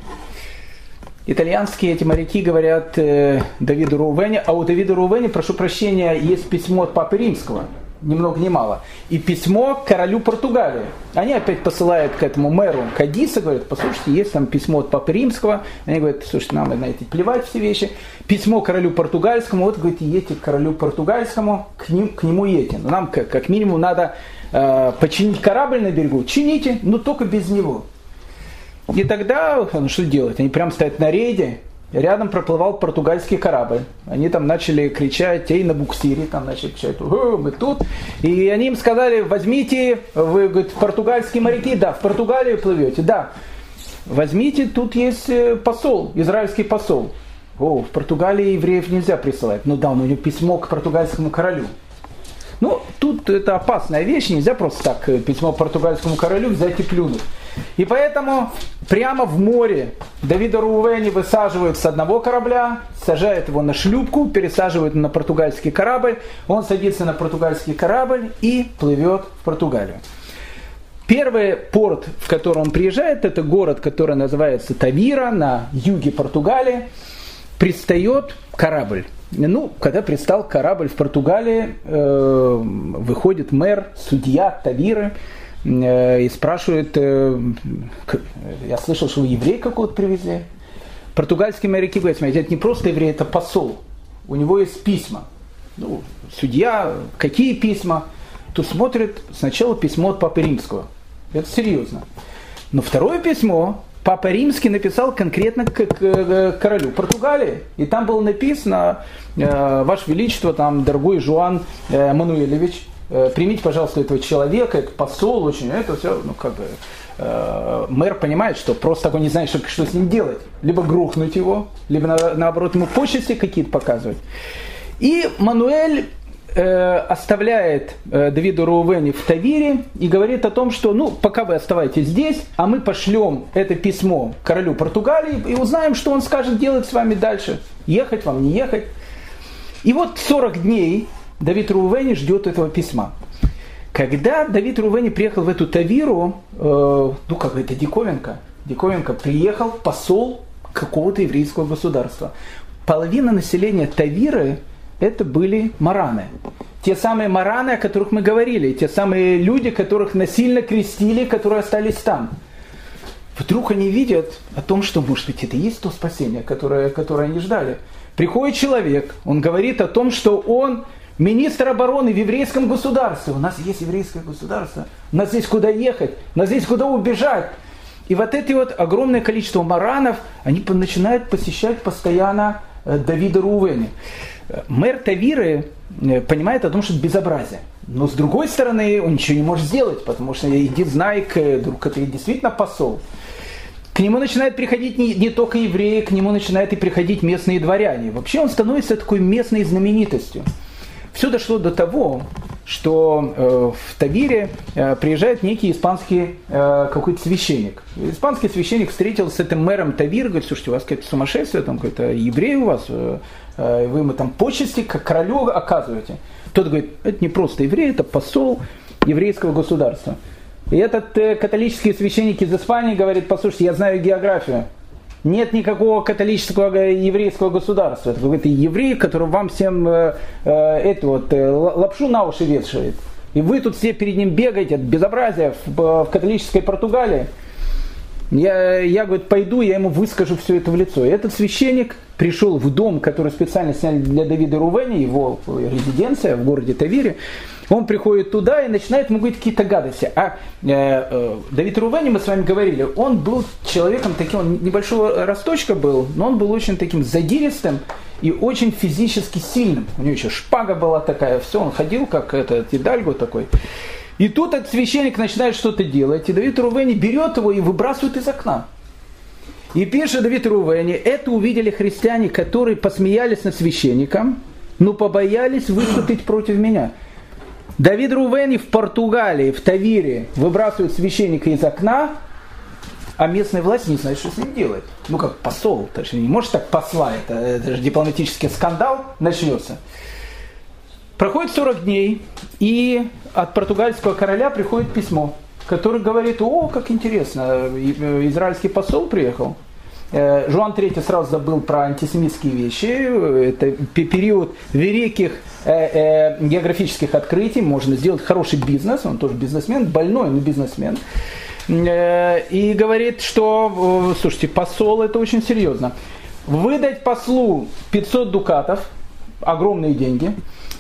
Итальянские эти моряки говорят э, Давиду Рувени, а у Давида Рувени, прошу прощения, есть письмо от Папы Римского, ни много ни мало, и письмо к королю Португалии. Они опять посылают к этому мэру Кадиса, говорят, послушайте, есть там письмо от Папы Римского, они говорят, слушайте, нам на это плевать все вещи, письмо королю Португальскому, вот, говорите, едьте к королю Португальскому, к, ним, к нему едьте, но нам как, как минимум надо э, починить корабль на берегу, чините, но только без него. И тогда, ну что делать, они прям стоят на рейде, рядом проплывал португальский корабль. Они там начали кричать, эй, на буксире, там начали кричать, мы тут. И они им сказали, возьмите, вы, говорит, португальские моряки, да, в Португалию плывете, да. Возьмите, тут есть посол, израильский посол. О, в Португалии евреев нельзя присылать. Ну да, у него письмо к португальскому королю. Ну, тут это опасная вещь, нельзя просто так письмо португальскому королю взять и плюнуть. И поэтому прямо в море Давида Рувени высаживают с одного корабля, сажают его на шлюпку, пересаживают на португальский корабль, он садится на португальский корабль и плывет в Португалию. Первый порт, в который он приезжает, это город, который называется Тавира, на юге Португалии. Пристает корабль. Ну, когда пристал корабль в Португалии, э, выходит мэр, судья Тавиры э, и спрашивает, э, я слышал, что вы еврей какого-то привезли. Португальские моряки говорят, смотрите, это не просто еврей, это посол. У него есть письма. Ну, судья, какие письма? Тут смотрит сначала письмо от Папы Римского. Это серьезно. Но второе письмо Папа Римский написал конкретно к, к, к королю Португалии. И там было написано, э, Ваше Величество, там, дорогой Жуан э, Мануэлевич, э, примите, пожалуйста, этого человека, это посол, очень, это все, ну, как бы, э, мэр понимает, что просто такой не знает, что, что с ним делать. Либо грохнуть его, либо, на, наоборот, ему почести какие-то показывать. И Мануэль э, оставляет э, Давида Реувени в Тавире и говорит о том, что ну, пока вы оставайтесь здесь, а мы пошлем это письмо королю Португалии и узнаем, что он скажет делать с вами дальше. Ехать вам, не ехать. И вот сорок дней Давид Реувени ждет этого письма. Когда Давид Реувени приехал в эту Тавиру, э, ну как это диковинка, диковинка, приехал посол какого-то еврейского государства. Половина населения Тавиры это были мараны. Те самые мараны, о которых мы говорили, те самые люди, которых насильно крестили, которые остались там. Вдруг они видят о том, что, может быть, это и есть то спасение, которое, которое они ждали. Приходит человек, он говорит о том, что он министр обороны в еврейском государстве. У нас есть еврейское государство, у нас есть куда ехать, у нас есть куда убежать. И вот это вот огромное количество маранов, они начинают посещать постоянно Давида Реувени. Мэр Тавиры понимает о том, что это безобразие. Но с другой стороны, он ничего не может сделать, потому что иди знай, вдруг это действительно посол. К нему начинают приходить не, не только евреи, к нему начинают и приходить местные дворяне. Вообще он становится такой местной знаменитостью. Все дошло до того, что э, в Тавире э, приезжает некий испанский э, какой-то священник. Испанский священник встретился с этим мэром Тавира, говорит, слушайте, у вас какое-то сумасшествие, там какой-то еврей у вас, э, э, вы ему там почести как королю оказываете. Тот говорит, это не просто еврей, это посол еврейского государства. И этот э, католический священник из Испании говорит, послушайте, я знаю географию. Нет никакого католического еврейского государства. Это какой-то еврей, который вам всем э, э, эту вот, э, лапшу на уши вешает. И вы тут все перед ним бегаете, это безобразие в, в католической Португалии. Я, я, говорит, пойду, я ему выскажу все это в лицо. И этот священник пришел в дом, который специально сняли для Давида Реувени, его резиденция в городе Тавире. Он приходит туда и начинает ему говорить какие-то гадости. А э, э, Давид Реувени, мы с вами говорили, он был человеком таким, он небольшого росточка был, но он был очень таким задиристым и очень физически сильным. У него еще шпага была такая, все, он ходил как этот Идальго такой. И тут этот священник начинает что-то делать, и Давид Реувени берет его и выбрасывает из окна. И пишет Давид Реувени, это увидели христиане, которые посмеялись над священником, но побоялись выступить против меня. Давид Реувени в Португалии, в Тавире выбрасывает священника из окна, а местная власть не знает, что с ним делать. Ну как посол, ты же не можешь так посла, это, это же дипломатический скандал начнется. Проходит сорок дней, и от португальского короля приходит письмо, который говорит, о, как интересно, израильский посол приехал. Жуан третий сразу забыл про антисемитские вещи. Это период великих э, э, географических открытий. Можно сделать хороший бизнес. Он тоже бизнесмен, больной, но бизнесмен. Э, и говорит, что, слушайте, посол это очень серьезно. Выдать послу пятьсот дукатов, огромные деньги.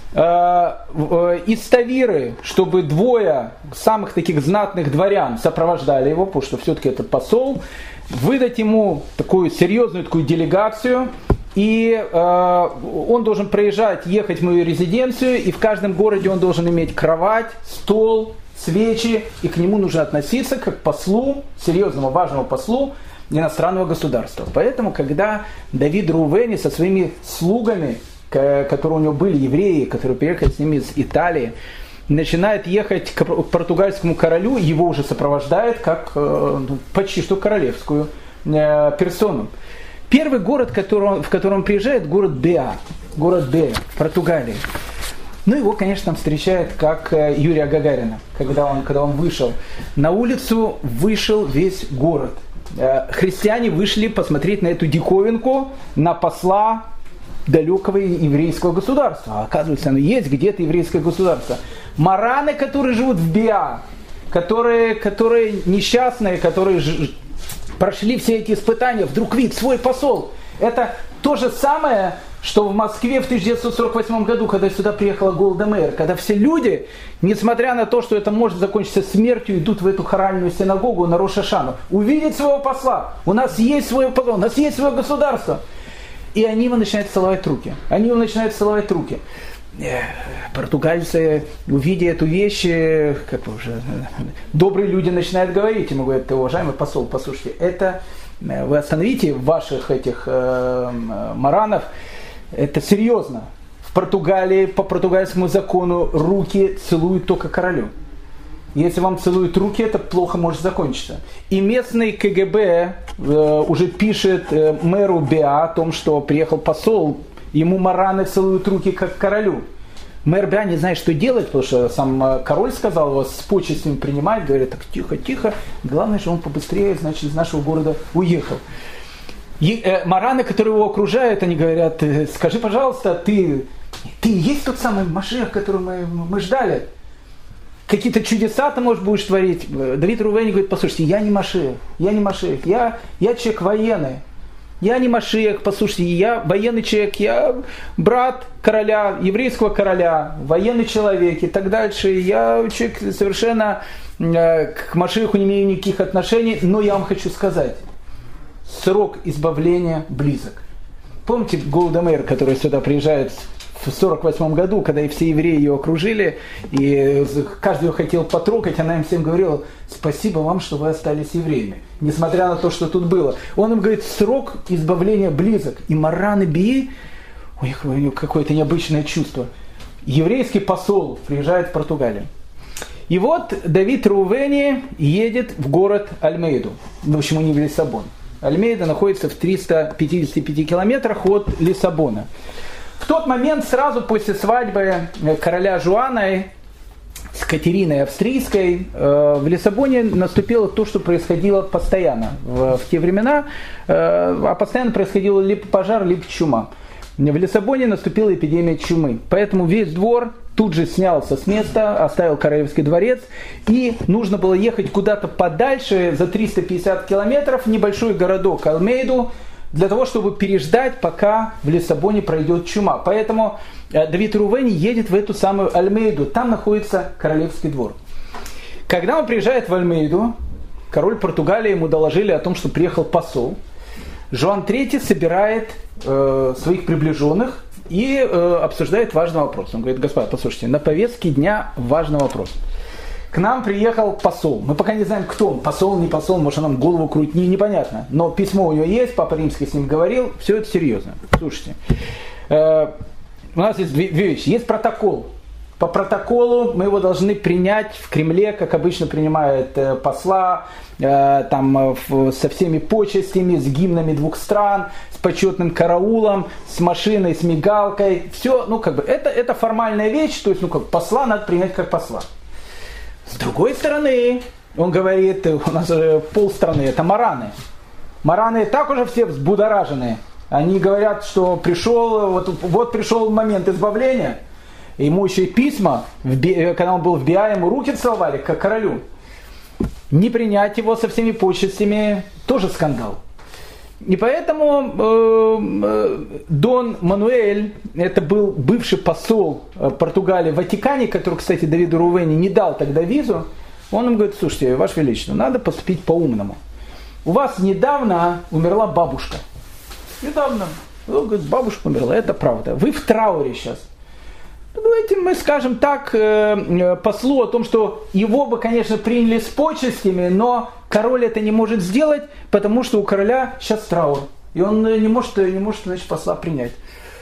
Из Тавиры, чтобы двое самых таких знатных дворян сопровождали его, потому что все-таки этот посол, выдать ему такую серьезную такую делегацию, и э, он должен проезжать, ехать в мою резиденцию, и в каждом городе он должен иметь кровать, стол, свечи, и к нему нужно относиться как к послу, серьезному, важному послу иностранного государства. Поэтому, когда Давид Реувени со своими слугами, которые у него были, евреи, которые приехали с ними из Италии, начинает ехать к португальскому королю, его уже сопровождает как ну, почти что королевскую э, персону. Первый город, который он, в который он приезжает, город Беа, город Беа в Португалии. Ну, его, конечно, там встречают как Юрия Гагарина, когда он, когда он вышел. На улицу вышел весь город. Христиане вышли посмотреть на эту диковинку, на посла далекого еврейского государства. А оказывается, оно есть где-то еврейское государство. Мараны, которые живут в Беа, которые, которые несчастные, которые ж... прошли все эти испытания, вдруг видят свой посол. Это то же самое, что в Москве в тысяча девятьсот сорок восьмом году, когда сюда приехала Голда Меир, когда все люди, несмотря на то, что это может закончиться смертью, идут в эту хоральную синагогу на Рош ха-Шану, увидеть своего посла. У нас есть свой посол, у нас есть свое государство. И они ему начинают целовать руки. Они ему начинают целовать руки. Португальцы, увидя эту вещь, как уже, добрые люди начинают говорить. Ему говорят, ты, уважаемый посол, послушайте, это вы остановите ваших этих э, маранов, это серьезно. В Португалии по португальскому закону руки целуют только королю. Если вам целуют руки, это плохо может закончиться. И местный ка гэ бэ э, уже пишет э, мэру Биа о том, что приехал посол, ему мараны целуют руки как королю. Мэр Биа не знает, что делать, потому что сам король сказал его с почестями принимать, говорит, так тихо, тихо, главное, что он побыстрее, значит, из нашего города уехал. И, э, мараны, которые его окружают, они говорят, скажи, пожалуйста, ты, ты есть тот самый Машиах, который мы, мы ждали? Какие-то чудеса ты, может, будешь творить? Давид Рувени говорит, послушайте, я не Машиах, я не Машиах, я, я человек военный. Я не Машиах, послушайте, я военный человек, я брат короля, еврейского короля, военный человек и так дальше. Я человек совершенно э, к Машиаху не имею никаких отношений, но я вам хочу сказать, срок избавления близок. Помните Голда Меир, которая сюда приезжает в сорок восьмом году, когда и все евреи ее окружили, и каждый ее хотел потрогать, она им всем говорила, спасибо вам, что вы остались евреями, несмотря на то, что тут было. Он им говорит, срок избавления близок. И Маран и Бии, у них, у них какое-то необычное чувство. Еврейский посол приезжает в Португалию. И вот Давид Рувени едет в город Альмейду, в общем, у них в Лиссабон. Альмейда находится в триста пятидесяти пяти километрах от Лиссабона. В тот момент, сразу после свадьбы короля Жуана с Катериной Австрийской, в Лиссабоне наступило то, что происходило постоянно в, в те времена, а постоянно происходило либо пожар, либо чума. В Лиссабоне наступила эпидемия чумы, поэтому весь двор тут же снялся с места, оставил Королевский дворец, и нужно было ехать куда-то подальше, за триста пятьдесят километров, в небольшой городок Альмейду, для того, чтобы переждать, пока в Лиссабоне пройдет чума. Поэтому Давид Рувени едет в эту самую Альмейду. Там находится Королевский двор. Когда он приезжает в Альмейду, король Португалии ему доложили о том, что приехал посол. Жоан третий собирает э, своих приближенных и э, обсуждает важный вопрос. Он говорит, господа, послушайте, на повестке дня важный вопрос. К нам приехал посол. Мы пока не знаем, кто он. Посол, не посол, может, он нам голову крутит, не, непонятно. Но письмо у него есть, Папа Римский с ним говорил. Все это серьезно. Слушайте. Э, у нас есть две, две вещи. Есть протокол. По протоколу мы его должны принять в Кремле, как обычно принимают э, посла, э, там, э, со всеми почестями, с гимнами двух стран, с почетным караулом, с машиной, с мигалкой. Все, ну, как бы, это, это формальная вещь. То есть, ну, как посла надо принять как посла. С другой стороны, он говорит, у нас же полстраны, это мараны. Мараны так уже все взбудораженные. Они говорят, что пришел, вот, вот пришел момент избавления. Ему еще и письма, когда он был в Биа, ему руки целовали, как королю. Не принять его со всеми почестями тоже скандал. И поэтому э, Дон Мануэль, это был бывший посол Португалии в Ватикане, который, кстати, Давиду Рувени не дал тогда визу, он им говорит, слушайте, Ваше Величество, надо поступить по-умному. У вас недавно умерла бабушка. Недавно. Он говорит, бабушка умерла, это правда. Вы в трауре сейчас. Давайте мы скажем так послу о том, что его бы, конечно, приняли с почестями, но король это не может сделать, потому что у короля сейчас траур. И он не может, не может значит, посла принять.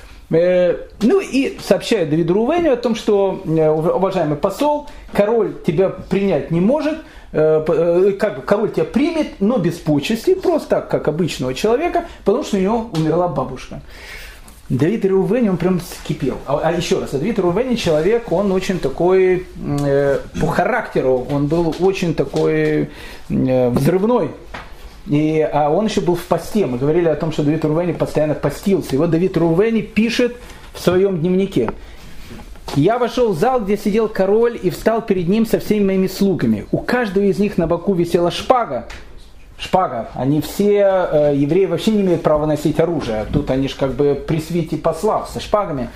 Ну и сообщает Давиду Рувению о том, что, уважаемый посол, король тебя принять не может, как бы король тебя примет, но без почестей, просто так, как обычного человека, потому что у него умерла бабушка. Давид Рувени, он прям вскипел. А, а еще раз, Давид Рувени человек, он очень такой, э, по характеру, он был очень такой э, взрывной. И, а он еще был в посте. Мы говорили о том, что Давид Рувени постоянно постился. И вот Давид Рувени пишет в своем дневнике. «Я вошел в зал, где сидел король, и встал перед ним со всеми моими слугами. У каждого из них на боку висела шпага». Шпага. Они все, э, евреи вообще не имеют права носить оружие. Тут они же как бы при свите посла со шпагами.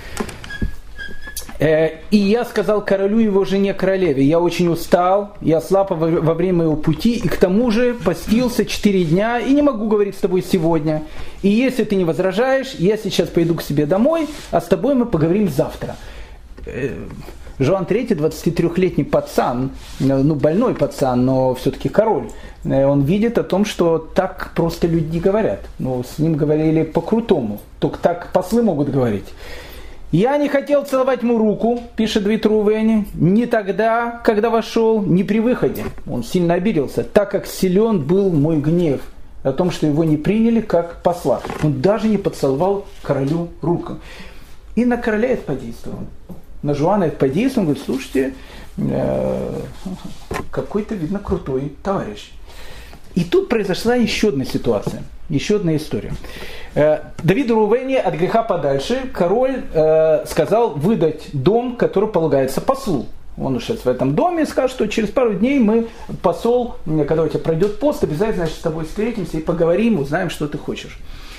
Э, и я сказал королю и его жене королеве, я очень устал, я слаб во, во время моего пути, и к тому же постился четыре дня, и не могу говорить с тобой сегодня. И если ты не возражаешь, я сейчас пойду к себе домой, а с тобой мы поговорим завтра. Э, Жоан третий, двадцатитрёхлетний пацан, ну больной пацан, но все-таки король. Он видит о том, что так просто люди не говорят. Ну, с ним говорили по-крутому. Только так послы могут говорить. «Я не хотел целовать ему руку», пишет Давид Реувени, «ни тогда, когда вошел, ни при выходе». Он сильно обиделся, так как силен был мой гнев о том, что его не приняли как посла. Он даже не поцеловал королю руку. И на короля это подействовало. На Жуана это подействовало. Он говорит: слушайте, э, какой-то, видно, крутой товарищ. И тут произошла еще одна ситуация, еще одна история. Э, Давиду Реувени от греха подальше король э, сказал выдать дом, который полагается послу. Он сейчас в этом доме скажет, что через пару дней мы, посол, когда у тебя пройдет пост, обязательно, значит, с тобой встретимся и поговорим, узнаем, что ты хочешь.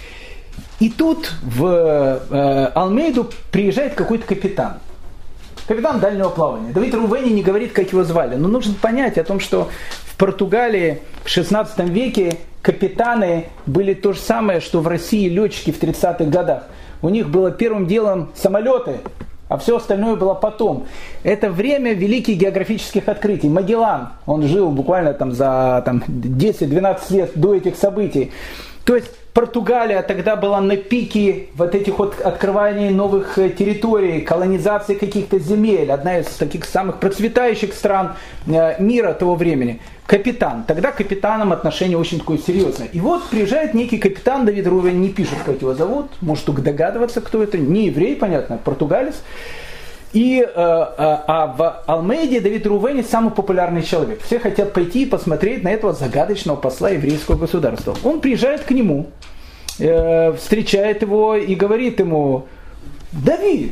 И тут в э, Алмейду приезжает какой-то капитан. Капитан дальнего плавания. Давид Реувени не говорит, как его звали, но нужно понять о том, что в Португалии в шестнадцатом веке капитаны были то же самое, что в России летчики в тридцатых годах. У них было первым делом самолеты, а все остальное было потом. Это время великих географических открытий. Магеллан, он жил буквально там за там, десять-двенадцать лет до этих событий. То есть Португалия тогда была на пике вот этих вот открываний новых территорий, колонизации каких-то земель. Одна из таких самых процветающих стран мира того времени. Капитан. Тогда к капитанам отношение очень такое серьезное. И вот приезжает некий капитан, Давид Реувени не пишет, как его зовут. Может только догадываться, кто это. Не еврей, понятно, португалец. И, э, а в Алмейде Давид Реувени самый популярный человек. Все хотят пойти и посмотреть на этого загадочного посла еврейского государства. Он приезжает к нему, э, встречает его и говорит ему: «Давид,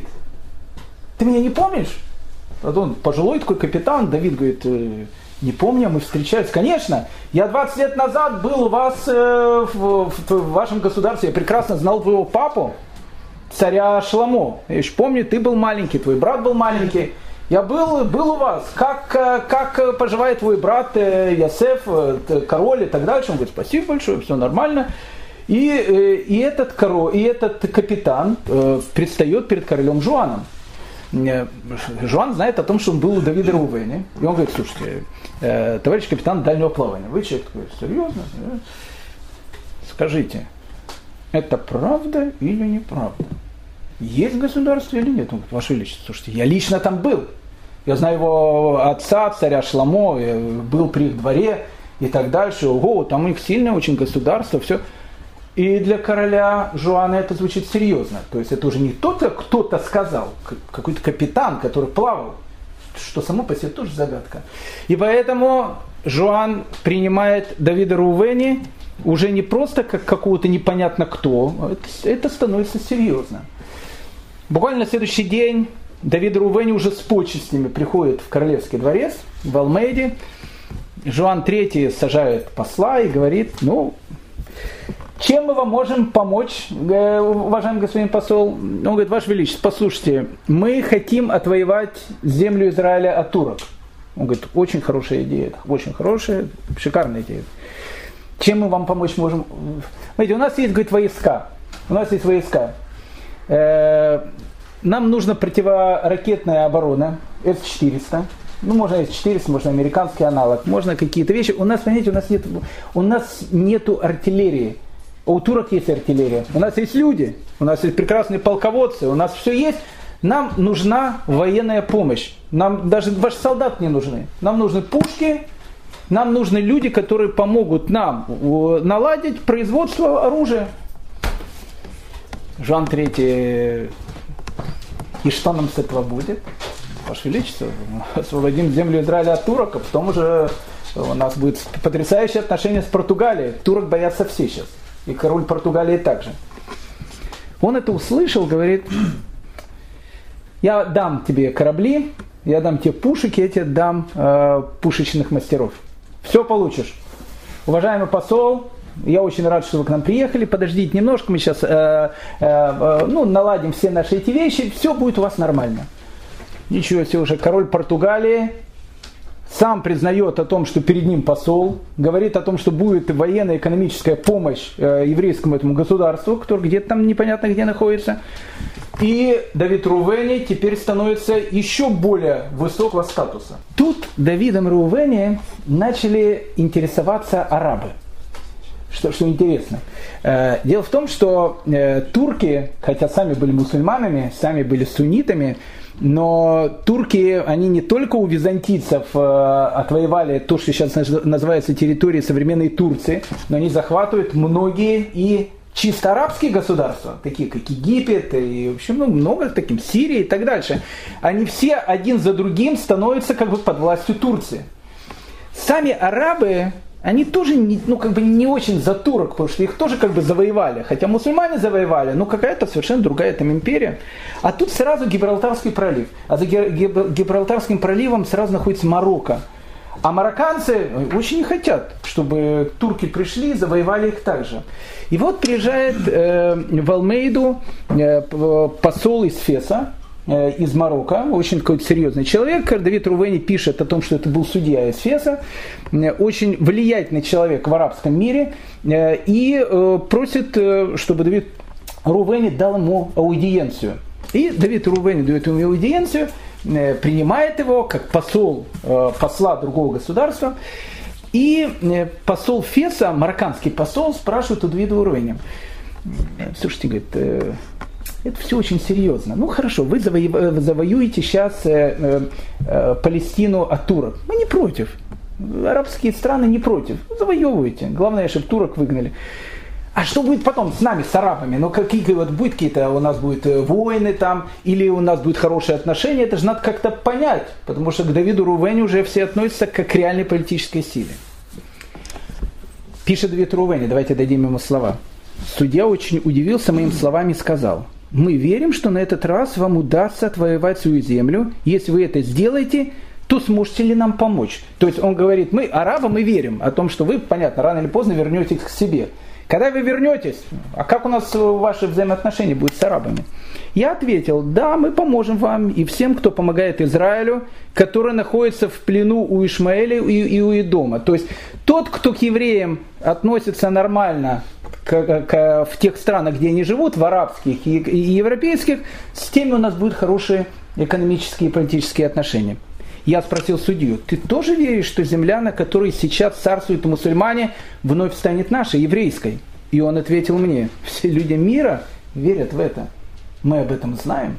ты меня не помнишь?» Вот он пожилой такой капитан. Давид говорит: «Не помню, мы встречались». «Конечно, я двадцать лет назад был у вас э, в, в, в вашем государстве, я прекрасно знал твоего папу, царя Шламо. Я еще помню, ты был маленький, твой брат был маленький. Я был, был у вас. Как, как поживает твой брат Йосеф, король и так дальше?» Он говорит: «Спасибо большое, все нормально». И, и, этот, король, и этот капитан предстает перед королем Жуаном. Жуан знает о том, что он был у Давида Реувени. И он говорит: «Слушайте, товарищ капитан дальнего плавания, вы человек такой серьезно? Скажите, это правда или неправда? Есть государство или нет?» Он говорит: «Ваше Величество, слушайте, я лично там был. Я знаю его отца, царя Шламо, я был при их дворе и так дальше. Ого, там у них сильное очень государство, все». И для короля Жуана это звучит серьезно. То есть это уже не кто-то, кто-то сказал, какой-то капитан, который плавал, что само по себе тоже загадка. И поэтому Жуан принимает Давида Реувени уже не просто как какого-то непонятно кто, это, это становится серьезно. Буквально на следующий день Давид Реувени уже с почестями приходит в королевский дворец в Алмейде. Жуан третий сажает посла и говорит: «Ну, чем мы вам можем помочь, уважаемый господин посол?» Он говорит: «Ваше Величество, послушайте, мы хотим отвоевать землю Израиля от турок». Он говорит: «Очень хорошая идея, очень хорошая, шикарная идея. Чем мы вам помочь можем?» Смотрите, у нас есть, говорит, войска. У нас есть войска. Нам нужна противоракетная оборона эс четыреста. Ну, можно эс четыреста, можно американский аналог, можно какие-то вещи. У нас, понимаете, у нас нет, у нас нету артиллерии. У турок есть артиллерия. У нас есть люди. У нас есть прекрасные полководцы. У нас все есть. Нам нужна военная помощь. Нам даже ваши солдаты не нужны. Нам нужны пушки. Нам нужны люди, которые помогут нам наладить производство оружия». Жуан третий: «И что нам с этого будет? Ваше Величество, освободим землю Израиля от турок, а потом уже у нас будет потрясающее отношение с Португалией. Турок боятся все сейчас. И король Португалии также». Он это услышал, говорит: «Я дам тебе корабли, я дам тебе пушек, я тебе дам э, пушечных мастеров. Все получишь. Уважаемый посол, я очень рад, что вы к нам приехали. Подождите немножко, мы сейчас э, э, ну, наладим все наши эти вещи, все будет у вас нормально». Ничего себе, уже король Португалии сам признает о том, что перед ним посол, говорит о том, что будет военная экономическая помощь э, еврейскому этому государству, которое где-то там непонятно где находится. И Давид Реувени теперь становится еще более высокого статуса. Тут Давидом Реувени начали интересоваться арабы. что, что интересно. Дело в том, что турки, хотя сами были мусульманами, сами были суннитами, но турки, они не только у византийцев отвоевали то, что сейчас называется территорией современной Турции, но они захватывают многие и чисто арабские государства, такие как Египет, и в общем, ну, много таким, Сирия и так дальше. Они все один за другим становятся как бы под властью Турции. Сами арабы, они тоже не, ну, как бы не очень за турок, потому что их тоже как бы завоевали. Хотя мусульмане завоевали, но какая-то совершенно другая там империя. А тут сразу Гибралтарский пролив. А за Гибралтарским проливом сразу находится Марокко. А марокканцы очень не хотят, чтобы турки пришли и завоевали их также. И вот приезжает э, в Алмейду э, посол из Феса, э, из Марокко, очень какой-то серьезный человек. Давид Рувени пишет о том, что это был судья из Феса, э, очень влиятельный человек в арабском мире, э, и э, просит, э, чтобы Давид Рувени дал ему аудиенцию. И Давид Рувени дает ему аудиенцию, э, принимает его как посол, э, посла другого государства. И посол Феса, марокканский посол, спрашивает у Давида Рувени: слушайте, говорит, э, это все очень серьезно. Ну хорошо, вы заво- завоюете сейчас э, э, Палестину от турок. Мы не против. Арабские страны не против. Завоевывайте. Главное, чтобы турок выгнали. А что будет потом с нами, с арабами? Ну, какие вот будут какие-то, у нас будут войны там, или у нас будут хорошие отношения, это же надо как-то понять, потому что к Давиду Рувени уже все относятся как к реальной политической силе. Пишет Давид Рувени, давайте дадим ему слова. Судья очень удивился моими словами и сказал: мы верим, что на этот раз вам удастся отвоевать свою землю. Если вы это сделаете, то сможете ли нам помочь? То есть он говорит, мы, арабы, мы верим о том, что вы, понятно, рано или поздно вернетесь к себе. Когда вы вернетесь, а как у нас ваши взаимоотношения будут с арабами? Я ответил, да, мы поможем вам и всем, кто помогает Израилю, который находится в плену у Ишмаэля и у Идома. То есть тот, кто к евреям относится нормально к, к, в тех странах, где они живут, в арабских и, и европейских, с теми у нас будут хорошие экономические и политические отношения. Я спросил судью, ты тоже веришь, что земля, на которой сейчас царствуют мусульмане, вновь станет нашей, еврейской? И он ответил мне, все люди мира верят в это. Мы об этом знаем.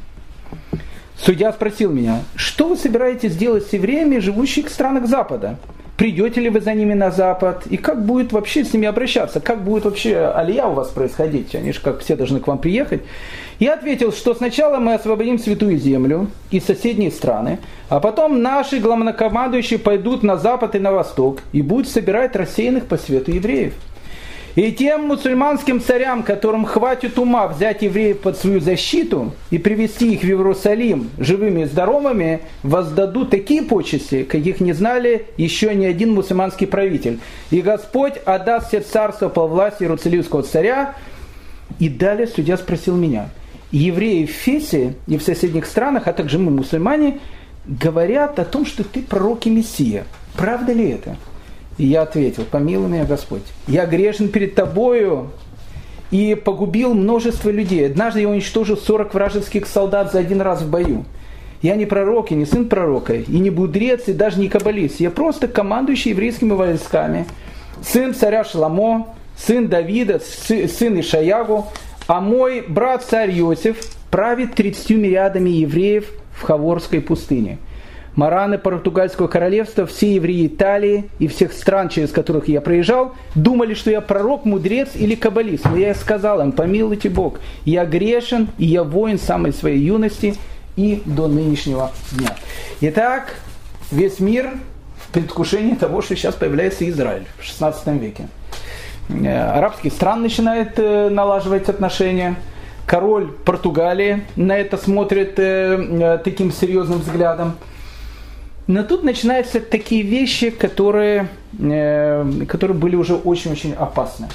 Судья спросил меня, что вы собираетесь делать с евреями, живущими в странах Запада? Придете ли вы за ними на Запад? И как будет вообще с ними обращаться? Как будет вообще алия у вас происходить? Они же как все должны к вам приехать. Я ответил, что сначала мы освободим Святую Землю и соседние страны, а потом наши главнокомандующие пойдут на Запад и на Восток и будут собирать рассеянных по свету евреев. И тем мусульманским царям, которым хватит ума взять евреев под свою защиту и привести их в Иерусалим живыми и здоровыми, воздадут такие почести, каких не знали еще ни один мусульманский правитель. И Господь отдаст все царство по власти Иерусалимского царя. И далее судья спросил меня, евреи в Фесе и в соседних странах, а также мы, мусульмане, говорят о том, что ты пророк и Мессия. Правда ли это? И я ответил, помилуй меня, Господь, я грешен перед Тобою и погубил множество людей. Однажды я уничтожил сорок вражеских солдат за один раз в бою. Я не пророк, и не сын пророка, и не мудрец, и даже не каббалист. Я просто командующий еврейскими войсками, сын царя Шломо, сын Давида, сын Ишаягу, а мой брат царь Иосиф правит тридцатью мириадами евреев в Хаворской пустыне. Мараны португальского королевства, все евреи Италии и всех стран, через которых я проезжал, думали, что я пророк, мудрец или каббалист. Но я сказал им, помилуйте Бог, я грешен, и я воин с самой своей юности и до нынешнего дня. Итак, весь мир в предвкушении того, что сейчас появляется Израиль в шестнадцатом веке. Арабские страны начинают налаживать отношения. Король Португалии на это смотрит таким серьезным взглядом. Но тут начинаются такие вещи, которые, э, которые были уже очень-очень опасны.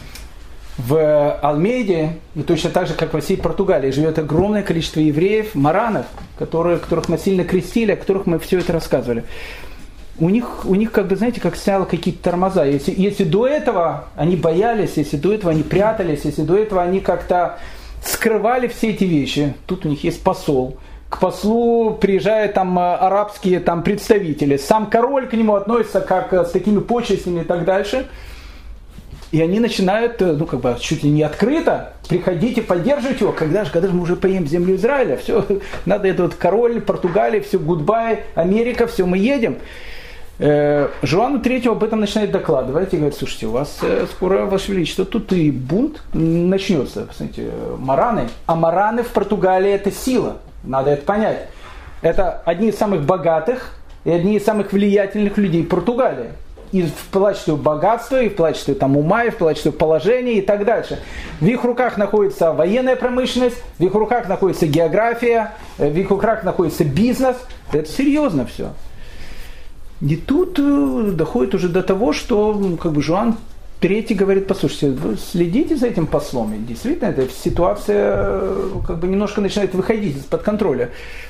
В Алмейде, и точно так же, как во всей Португалии, живет огромное количество евреев, маранов, которые, которых насильно крестили, о которых мы все это рассказывали. У них, у них как бы, знаете, как сняло какие-то тормоза. Если, если до этого они боялись, если до этого они прятались, если до этого они как-то скрывали все эти вещи, тут у них есть посол. К послу приезжают там арабские там, представители. Сам король к нему относится как с такими почестями и так дальше. И они начинают, ну, как бы, чуть ли не открыто, приходите, поддерживать его, когда же, когда же мы уже поедем в землю Израиля, все, надо, это вот король Португалии, все, гудбай, Америка, все, мы едем. Э, Жуану Третьему об этом начинает докладывать и говорит, слушайте, у вас э, скоро, Ваше Величество, тут и бунт начнется, посмотрите, мараны, а мараны в Португалии это сила, надо это понять. Это одни из самых богатых и одни из самых влиятельных людей Португалии. И вплоть что богатство, и вплоть что там ума, и вплоть что положение и так дальше. В их руках находится военная промышленность, в их руках находится география, в их руках находится бизнес. Это серьезно все. И тут доходит уже до того, что как бы Жуан Третий говорит, послушайте, вы следите за этим послом. И действительно, эта ситуация как бы немножко начинает выходить из-под контроля.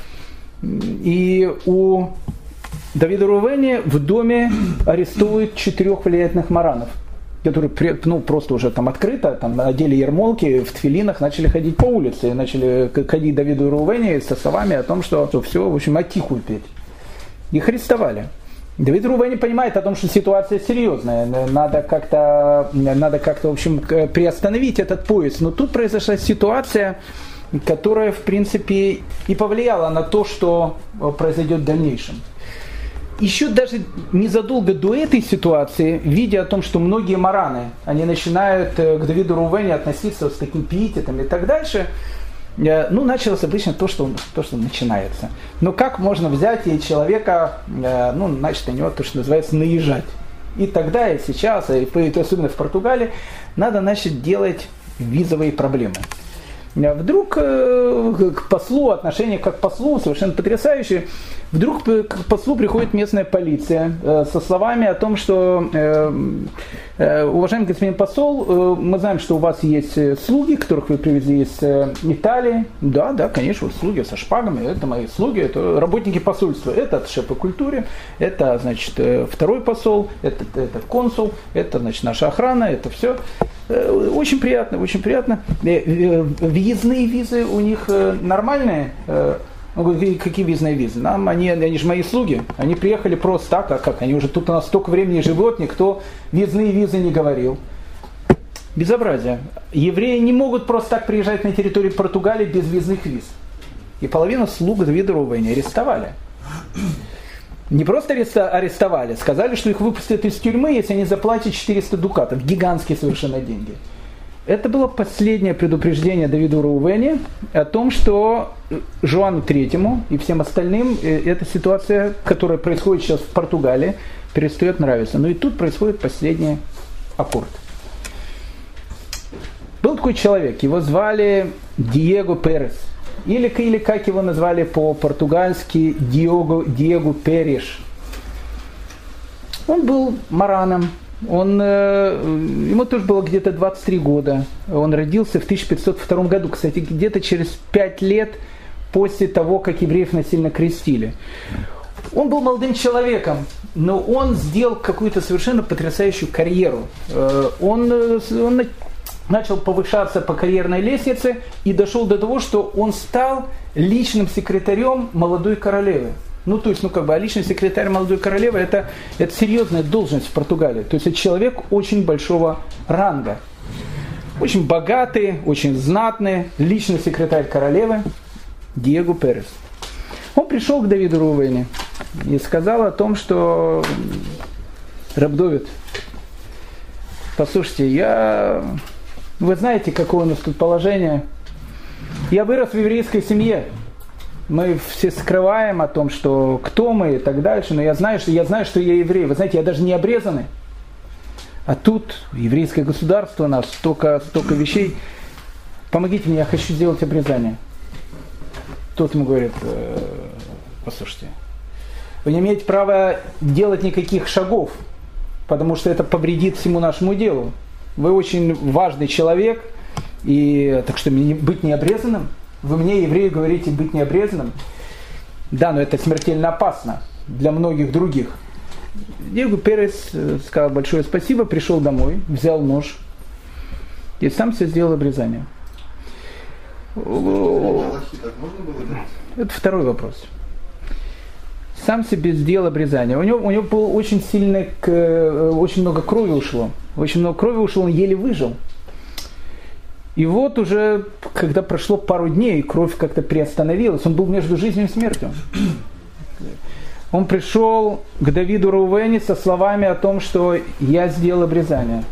И у Давида Рувени в доме арестуют четырех влиятельных маранов, которые ну, просто уже там открыто, там надели ермолки, в тфилинах начали ходить по улице, и начали ходить Давиду Рувени со словами о том, что, что все, в общем, атиху петь. Их арестовали. Давид Рувени понимает о том, что ситуация серьезная, надо как-то, надо как-то, в общем, приостановить этот поезд. Но тут произошла ситуация, которая, в принципе, и повлияла на то, что произойдет в дальнейшем. Еще даже незадолго до этой ситуации, видя о том, что многие мараны, они начинают к Давиду Рувени относиться с таким пиететом и так дальше, ну, началось обычно то, что, то, что начинается. Но как можно взять и человека, ну, значит, на него то, что называется, наезжать. И тогда, и сейчас, и особенно в Португалии, надо начать делать визовые проблемы. Вдруг к послу, отношение как к послу совершенно потрясающее, вдруг к послу приходит местная полиция со словами о том, что уважаемый господин посол, мы знаем, что у вас есть слуги, которых вы привезли из Италии. Да, да, конечно, слуги со шпагами, это мои слуги, это работники посольства, это шеф по культуре, это, значит, второй посол, это, это консул, это, значит, наша охрана, это все. Очень приятно, очень приятно. Въездные визы у них нормальные. Ну, какие въездные визы? Нам они, они же мои слуги. Они приехали просто так, а как? Они уже тут у нас столько времени живут, никто въездные визы не говорил. Безобразие. Евреи не могут просто так приезжать на территорию Португалии без въездных виз. И половину слуг Давида Рувени арестовали. Не просто арестовали, сказали, что их выпустят из тюрьмы, если они заплатят четыреста дукатов. Гигантские совершенно деньги. Это было последнее предупреждение Давиду Рувени о том, что Жуану Третьему и всем остальным эта ситуация, которая происходит сейчас в Португалии, перестает нравиться. Но и тут происходит последний аккорд. Был такой человек, его звали Диего Перес. Или, или как его назвали по-португальски, Диего, Диего Переш. Он был мараном. Он, ему тоже было где-то двадцать три года. Он родился в тысяча пятьсот втором году. Кстати, где-то через пять лет после того, как евреев насильно крестили. Он был молодым человеком, но он сделал какую-то совершенно потрясающую карьеру. Он, он начал повышаться по карьерной лестнице и дошел до того, что он стал личным секретарем молодой королевы. Ну, то есть, ну, как бы, а личный секретарь молодой королевы это, это серьезная должность в Португалии. То есть, это человек очень большого ранга. Очень богатый, очень знатный, личный секретарь королевы Диего Перес. Он пришел к Давиду Рувени и сказал о том, что Раб Довид, послушайте, я... Вы знаете, какое у нас тут положение? Я вырос в еврейской семье. Мы все скрываем о том, что кто мы и так дальше, но я знаю, что я знаю, что я еврей. Вы знаете, я даже не обрезанный. А тут еврейское государство у нас, столько, столько вещей. Помогите мне, я хочу сделать обрезание. Тот ему говорит, послушайте, вы не имеете права делать никаких шагов, потому что это повредит всему нашему делу. Вы очень важный человек, и так что мне быть необрезанным? Вы мне, евреи, говорите быть необрезанным? Да, но это смертельно опасно для многих других. Диего Перес сказал большое спасибо, пришел домой, взял нож и сам себе сделал обрезание. Это второй вопрос. сам себе сделал обрезание. У него, у него было очень сильно, очень много крови ушло. Очень много крови ушло, он еле выжил. И вот уже, когда прошло пару дней, кровь как-то приостановилась, он был между жизнью и смертью. Он пришел к Давиду Реувени со словами о том, что я сделал обрезание.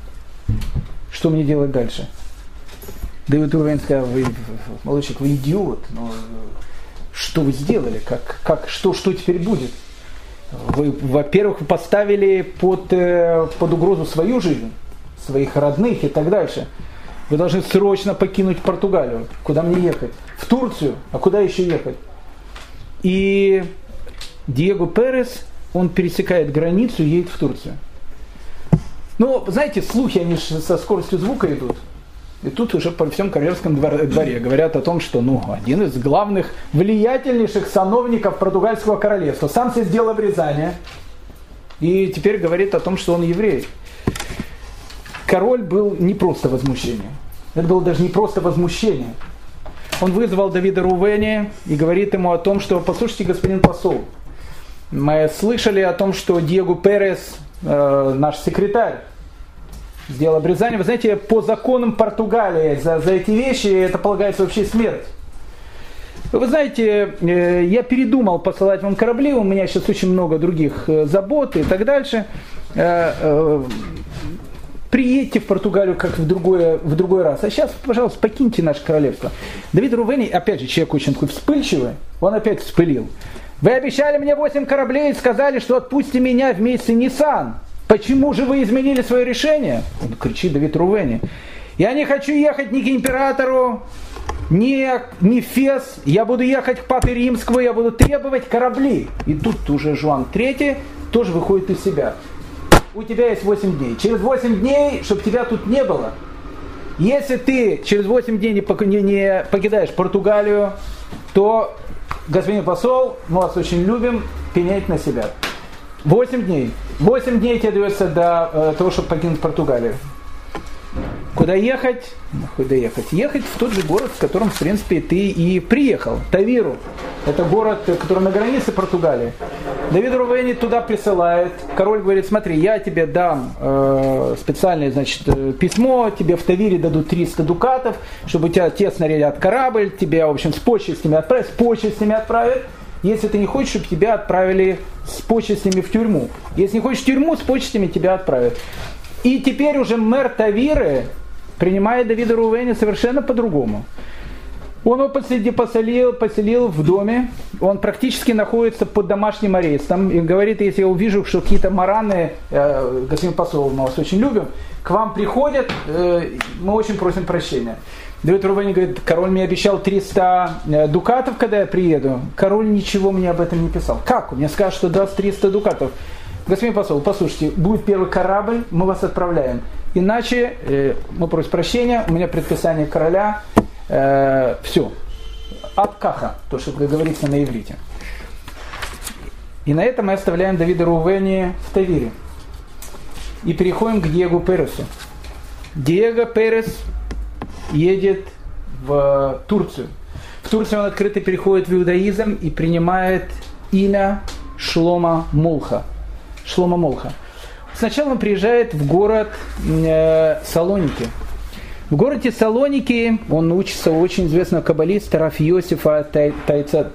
Что мне делать дальше? Давид Реувени сказал: вы, молодой человек, вы идиот, но что вы сделали? Как, как, что, что теперь будет? Вы, во-первых, вы поставили под, под угрозу свою жизнь, своих родных и так дальше. Вы должны срочно покинуть Португалию. Куда мне ехать? В Турцию? А куда еще ехать? И Диего Перес, он пересекает границу и едет в Турцию. Ну, знаете, слухи, они же со скоростью звука идут. И тут уже по всем королевском дворе говорят о том, что ну, один из главных, влиятельнейших сановников португальского королевства сам себе сделал обрезание. И теперь говорит о том, что он еврей. Король был не просто возмущение. Это было даже не просто возмущение. Он вызвал Давида Реувени и говорит ему о том, что: послушайте, господин посол, мы слышали о том, что Диего Перес, э, наш секретарь, сделал обрезание. Вы знаете, по законам Португалии за, за эти вещи это полагается вообще смерть. Вы знаете, э, я передумал посылать вам корабли, у меня сейчас очень много других э, забот и так дальше. Э, э, приедьте в Португалию как в, другое, в другой раз. А сейчас, пожалуйста, покиньте наше королевство. Давид Реувени, опять же, человек очень такой вспыльчивый, он опять вспылил. Вы обещали мне восемь кораблей и сказали, что отпустите меня в месяце Нисан. Почему же вы изменили свое решение? Он кричит, Давид Реувени. Я не хочу ехать ни к императору, ни, ни в Фес. Я буду ехать к папе Римскому, я буду требовать корабли. И тут уже Жуан третий тоже выходит из себя. У тебя есть восемь дней. Через восемь дней, чтобы тебя тут не было. Если ты через восемь дней не, не покидаешь Португалию, то, господин посол, мы вас очень любим, пеняйте на себя. восемь дней. восемь дней тебе дается до э, того, чтобы покинуть Португалию. Куда ехать? Куда ехать? Ехать в тот же город, в котором, в принципе, ты и приехал. Тавиру. Это город, который на границе Португалии. Давид Реувени туда присылает. Король говорит: смотри, я тебе дам э, специальное, значит, письмо, тебе в Тавире дадут триста дукатов, чтобы у тебя те снарядят корабль, тебя, в общем, с почестями отправят, с почестями отправят. Если ты не хочешь, чтобы тебя отправили с почестями в тюрьму. Если не хочешь в тюрьму, с почестями тебя отправят. И теперь уже мэр Тавиры принимает Давида Реувени совершенно по-другому. Он его поселил, поселил в доме, он практически находится под домашним арестом и говорит: если я увижу, что какие-то мараны, э, господин посол, мы вас очень любим, к вам приходят, э, мы очень просим прощения. Давид Реувени говорит: король мне обещал триста дукатов, когда я приеду. Король ничего мне об этом не писал. Как? Мне скажут, что даст триста дукатов. Господин посол, послушайте, будет первый корабль, мы вас отправляем. Иначе, э, мы просим прощения, у меня предписание короля, э, все. Аткаха, то, что говорится на иврите. И на этом мы оставляем Давида Реувени в Тавире. И переходим к Диего Пересу. Диего Перес едет в Турцию. В Турции он открыто переходит в иудаизм и принимает имя Шломо Молха. Шломо Молха. Сначала он приезжает в город э, Салоники. В городе Салоники он учится у очень известного каббалиста Рав Йосифа Тайцака,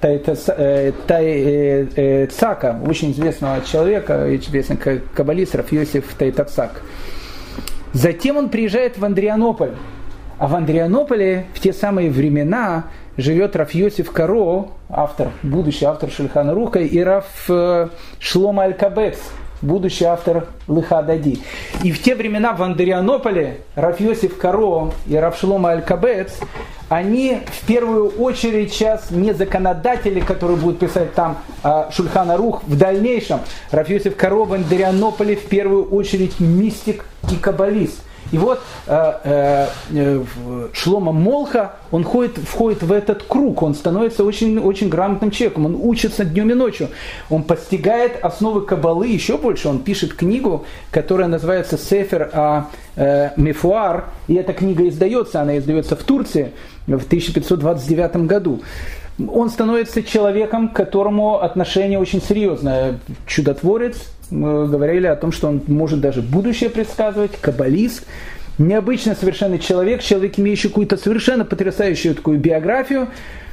очень известного человека, очень известный каббалист Рав Йосиф Тайцак. Затем он приезжает в Андрианополь. А в Андрианополе в те самые времена живет Рав Йосиф Каро, автор, будущий автор Шульхан Аруха, и Рав Шломо Аль-Кабец, будущий автор Лиха Дади. И в те времена в Андрианополе Рав Йосиф Каро и Рав Шломо Аль-Кабец, они в первую очередь сейчас не законодатели, которые будут писать там а, Шульхан Арух в дальнейшем. Рав Йосиф Каро в Андрианополе в первую очередь мистик и каббалист. И вот э, э, Шломо Молха, он ходит, входит в этот круг, он становится очень, очень грамотным человеком, он учится днем и ночью, он постигает основы каббалы еще больше, он пишет книгу, которая называется «Сефер а э, Мефуар», и эта книга издается, она издается в Турции в тысяча пятьсот двадцать девятом году. Он становится человеком, к которому отношение очень серьезное. Чудотворец, мы говорили о том, что он может даже будущее предсказывать, каббалист. Необычный совершенно человек, человек, имеющий какую-то совершенно потрясающую такую биографию.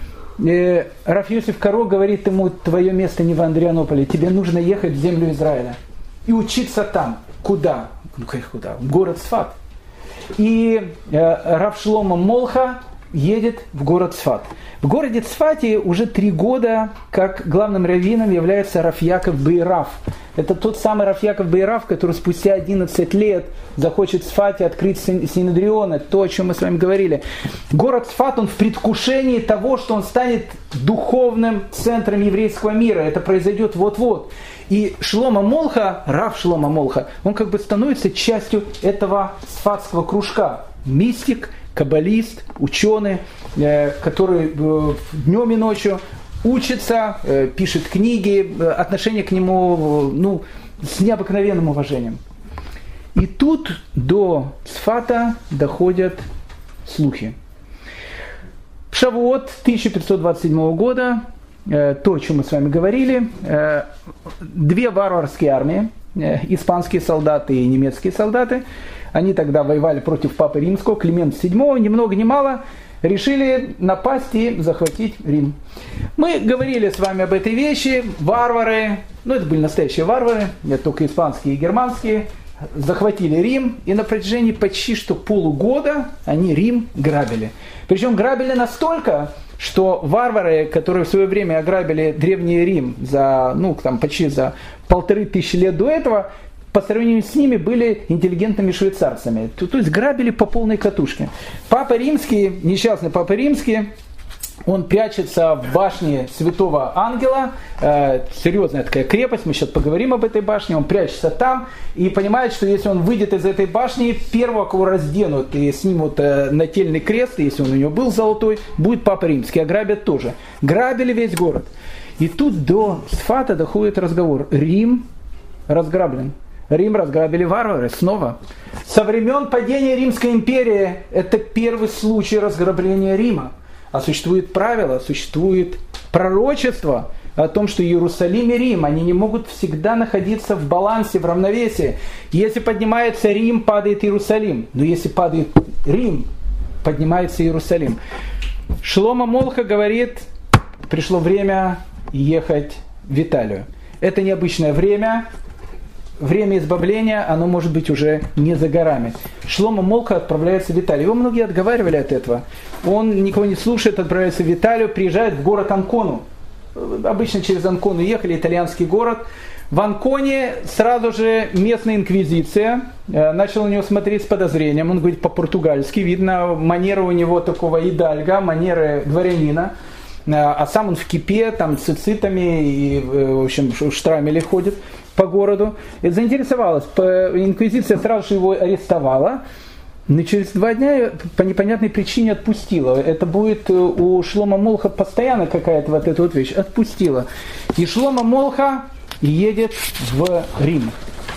Рав Йосеф Каро говорит ему: твое место не в Андрианополе, тебе нужно ехать в землю Израиля и учиться там. Куда? Ну, как куда? В город Сфат. И Рав Шломо Молха едет в город Цфат. В городе Цфате уже три года как главным раввином является Рав Яков Бейрав. Это тот самый Рав Яков Бейрав, который спустя одиннадцать лет захочет в Цфате открыть Синедрион, то, о чем мы с вами говорили. Город Цфат, он в предвкушении того, что он станет духовным центром еврейского мира. Это произойдет вот-вот. И Шломо Молха, Рав Шломо Молха, он как бы становится частью этого цфатского кружка. Мистик, каббалист, ученый, который днем и ночью учится, пишет книги, отношение к нему ну, с необыкновенным уважением. И тут до Цфата доходят слухи. В Шавуот тысяча пятьсот двадцать седьмого года, то, о чем мы с вами говорили, две варварские армии, испанские солдаты и немецкие солдаты, они тогда воевали против Папы Римского, Климента седьмого, ни много ни мало, решили напасть и захватить Рим. Мы говорили с вами об этой вещи. Варвары, ну это были настоящие варвары, не только испанские и германские, захватили Рим, и на протяжении почти что полугода они Рим грабили. Причем грабили настолько, что варвары, которые в свое время ограбили Древний Рим за, ну, там, почти за полторы тысячи лет до этого, по сравнению с ними были интеллигентными швейцарцами. То, то есть грабили по полной катушке. Папа Римский, несчастный Папа Римский, он прячется в башне Святого Ангела. Э, серьезная такая крепость, мы сейчас поговорим об этой башне. Он прячется там и понимает, что если он выйдет из этой башни, первого, кого разденут и снимут э, нательный крест, если он у него был золотой, будет Папа Римский. Ограбят тоже. Грабили весь город. И тут до Цфата доходит разговор. Рим разграблен. Рим разграбили варвары снова. Со времен падения Римской империи это первый случай разграбления Рима. А существует правило, существует пророчество о том, что Иерусалим и Рим, они не могут всегда находиться в балансе, в равновесии. Если поднимается Рим, падает Иерусалим. Но если падает Рим, поднимается Иерусалим. Шломо Молха говорит, пришло время ехать в Италию. Это необычное время. Время избавления, оно может быть уже не за горами. Шломо Молха отправляется в Италию. Его многие отговаривали от этого. Он никого не слушает, отправляется в Италию, приезжает в город Анкону. Обычно через Анкону ехали, итальянский город. В Анконе сразу же местная инквизиция начала на него смотреть с подозрением. Он говорит по-португальски, видно манеры у него такого идальга, манеры дворянина. А сам он в кипе, там, с цицитами и, в общем, в штрамеле ходит по городу. Это заинтересовалось. Инквизиция сразу же его арестовала, но через два дня по непонятной причине отпустила. Это будет у Шломо Молха постоянно какая-то вот эта вот вещь. Отпустила. И Шломо Молха едет в Рим.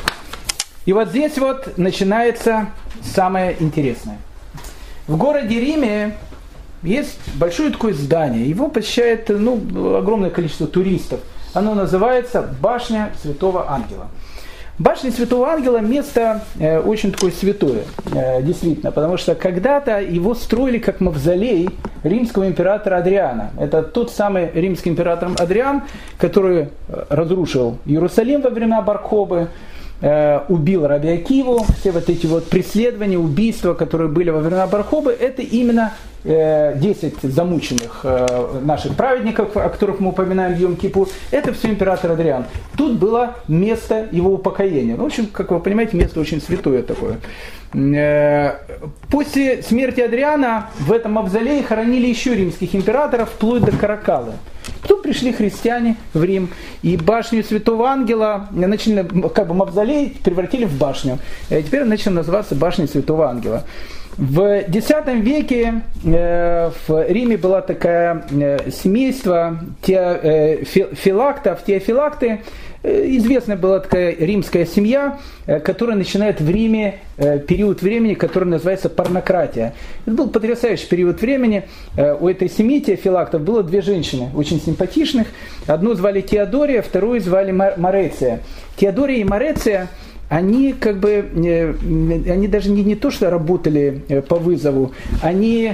И вот здесь вот начинается самое интересное. В городе Риме есть большое такое здание. Его посещает ну, огромное количество туристов. Оно называется Башня Святого Ангела. Башня Святого Ангела место э, очень такое святое, э, действительно, потому что когда-то его строили как мавзолей римского императора Адриана. Это тот самый римский император Адриан, который разрушил Иерусалим во времена Бар-Кохбы, э, убил Раби Акиву. Все вот эти вот преследования, убийства, которые были во времена Бар-Кохбы, это именно десять замученных наших праведников, о которых мы упоминаем в Йом-Кипур, это все император Адриан. Тут было место его упокоения. Ну, в общем, как вы понимаете, место очень святое такое. После смерти Адриана в этом мавзолее хоронили еще римских императоров, вплоть до Каракалы. Потом пришли христиане в Рим, и башню Святого Ангела, начали, как бы мавзолей превратили в башню. И теперь начал называться башней Святого Ангела. В десятом веке э, в Риме была такая э, семейство те, э, филактов, теофилакты. Известная была такая римская семья, которая начинает в Риме период времени, который называется парнократия. Это был потрясающий период времени. У этой семьи Теофилактов было две женщины, очень симпатичных. Одну звали Теодория, вторую звали Мореция. Теодория и Мореция, они как бы, они даже не, не то, что работали по вызову, они,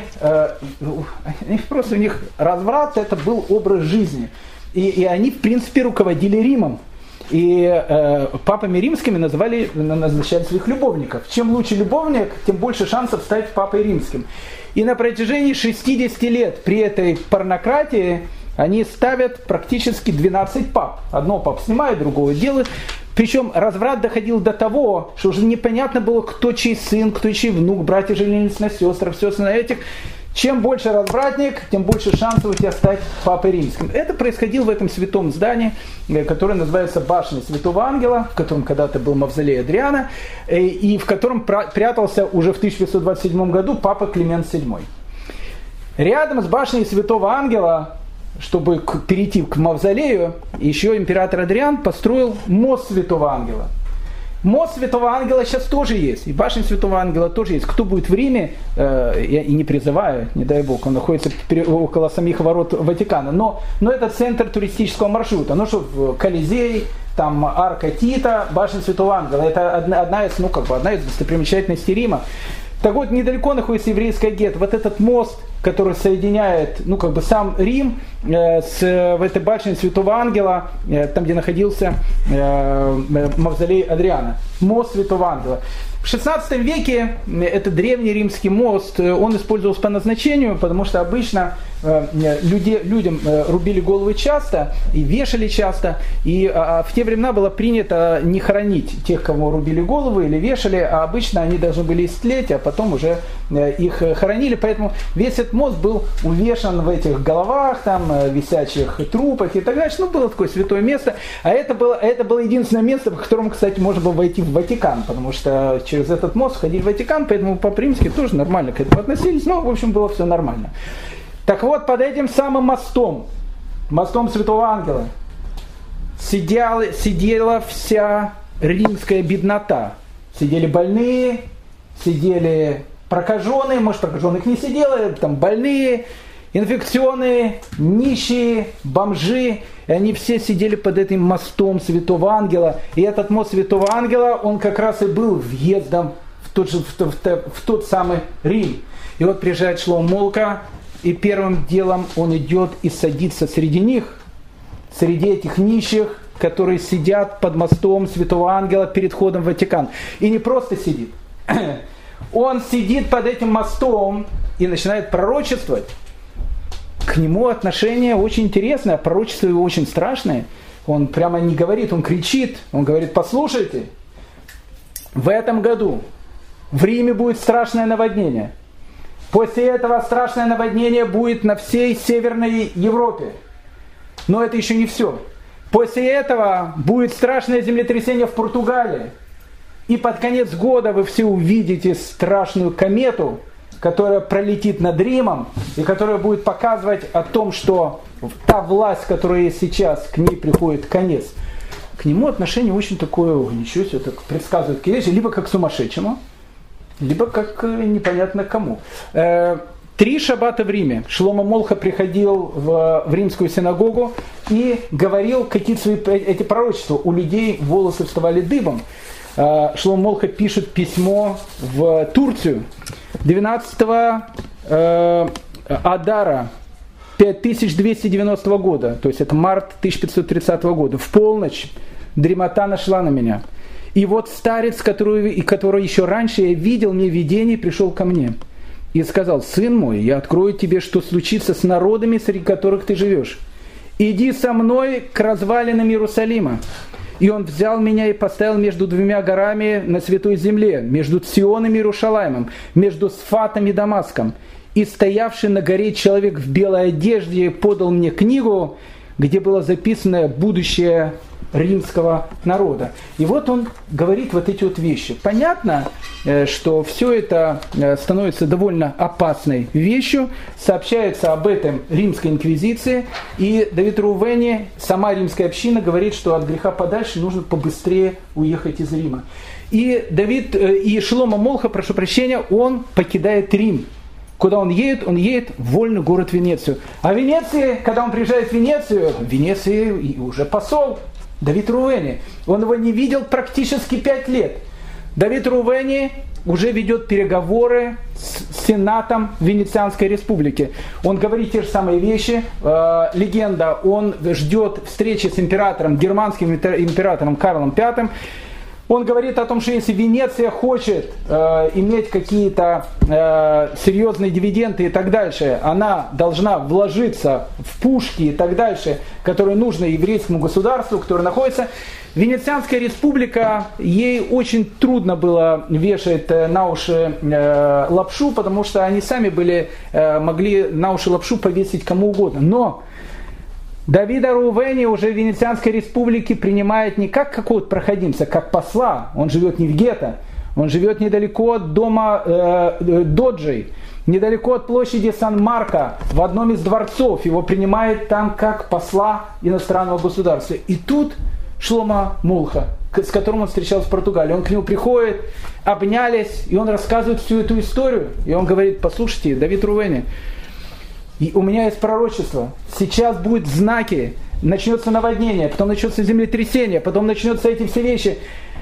они просто у них разврат, это был образ жизни. И, и они, в принципе, руководили Римом. И э, папами римскими называли, назначали своих любовников. Чем лучше любовник, тем больше шансов стать папой римским. И на протяжении шестидесяти лет при этой порнократии они ставят практически двенадцать пап. Одного пап снимают, другого делают. Причем разврат доходил до того, что уже непонятно было, кто чей сын, кто чей внук, братья женились на сестрах, все на этих. Чем больше развратник, тем больше шансов у тебя стать папой римским. Это происходило в этом святом здании, которое называется Башня Святого Ангела, в котором когда-то был мавзолей Адриана, и в котором прятался уже в тысяча пятьсот двадцать седьмом году папа Климент седьмой. Рядом с Башней Святого Ангела, чтобы перейти к мавзолею, еще император Адриан построил мост Святого Ангела. Мост Святого Ангела сейчас тоже есть, и башня Святого Ангела тоже есть. Кто будет в Риме, э, я и не призываю, не дай бог, он находится около самих ворот Ватикана, но, но это центр туристического маршрута. Ну что, в Колизей, там Арка Тита, башня Святого Ангела, это одна, одна из, ну, как бы одна из достопримечательностей Рима. Так вот, недалеко находится еврейская гетто. Вот этот мост, который соединяет, ну, как бы сам Рим э, с в этой башне Святого Ангела, э, там, где находился э, мавзолей Адриана. Мост Святого Ангела. В шестнадцатом веке этот древний римский мост, он использовался по назначению, потому что обычно э, люди, людям э, рубили головы часто и вешали часто. И а, в те времена было принято не хоронить тех, кому рубили головы или вешали, а обычно они должны были истлеть, а потом уже э, их хоронили. Поэтому весь этот мост был увешан в этих головах, там, э, висячих трупах и так далее. Ну, было такое святое место. А это было, это было единственное место, по которому, кстати, можно было войти в Ватикан, потому что через этот мост ходили в Ватикан, поэтому по-римски тоже нормально к этому относились, но, в общем, было все нормально. Так вот, под этим самым мостом, мостом Святого Ангела, сидела, сидела вся римская беднота. Сидели больные, сидели прокаженные, может, прокаженных не сидело, там больные, инфекционные, нищие, бомжи, и они все сидели под этим мостом Святого Ангела. И этот мост Святого Ангела, он как раз и был въездом в тот, же, в, в, в тот самый Рим. И вот приезжает Шломо Молка, и первым делом он идет и садится среди них, среди этих нищих, которые сидят под мостом Святого Ангела перед входом в Ватикан. И не просто сидит. Он сидит под этим мостом и начинает пророчествовать. К нему отношение очень интересное, пророчество его очень страшное. Он прямо не говорит, он кричит, он говорит: послушайте, в этом году в Риме будет страшное наводнение. После этого страшное наводнение будет на всей Северной Европе. Но это еще не все. После этого будет страшное землетрясение в Португалии. И под конец года вы все увидите страшную комету, которая пролетит над Римом и которая будет показывать о том, что та власть, которая есть сейчас, к ней приходит конец. К нему отношение очень такое, ничего себе, так предсказывает такие вещи, либо как к сумасшедшему, либо как непонятно кому. Три шаббата в Риме Шломо Молха приходил в, в римскую синагогу и говорил какие-то свои эти пророчества. У людей волосы вставали дыбом. Шломо Молха пишет письмо в Турцию двенадцатого э, Адара пять тысяч двести девяностого года, то есть это март тысяча пятьсот тридцатого года, в полночь дремота нашла на меня. И вот старец, который, который еще раньше я видел мне видение, пришел ко мне и сказал: сын мой, я открою тебе, что случится с народами, среди которых ты живешь. Иди со мной к развалинам Иерусалима. И он взял меня и поставил между двумя горами на святой земле, между Ционом и Иерушалаимом, между Сфатом и Дамаском. И стоявший на горе человек в белой одежде подал мне книгу, где было записано будущее римского народа. И вот он говорит вот эти вот вещи. Понятно, что все это становится довольно опасной вещью. Сообщается об этом римской инквизиции. И Давид Реувени, сама римская община, говорит, что от греха подальше нужно побыстрее уехать из Рима. И Давид, и Шломо Молха, прошу прощения, он покидает Рим. Куда он едет? Он едет в вольный город Венецию. А в Венеции, когда он приезжает в Венецию, в Венеции уже посол Давид Реувени. Он его не видел практически пять лет. Давид Реувени уже ведет переговоры с Сенатом Венецианской республики. Он говорит те же самые вещи. Э, легенда, он ждет встречи с императором, германским императором Карлом Пятым. Он говорит о том, что если Венеция хочет э, иметь какие-то э, серьезные дивиденды и так дальше, она должна вложиться в пушки и так дальше, которые нужны еврейскому государству, которое находится. Венецианская республика, ей очень трудно было вешать на уши э, лапшу, потому что они сами были, э, могли на уши лапшу повесить кому угодно. Но Давида Реувени уже в Венецианской республике принимает не как какого-то проходимца, как посла. Он живет не в гетто, он живет недалеко от дома э, Доджи, недалеко от площади Сан-Марко, в одном из дворцов. Его принимает там как посла иностранного государства. И тут Шломо Молха, с которым он встречался в Португалии, он к нему приходит, обнялись, и он рассказывает всю эту историю. И он говорит: послушайте, Давид Реувени, и у меня есть пророчество. Сейчас будут знаки, начнется наводнение, потом начнется землетрясение, потом начнутся эти все вещи.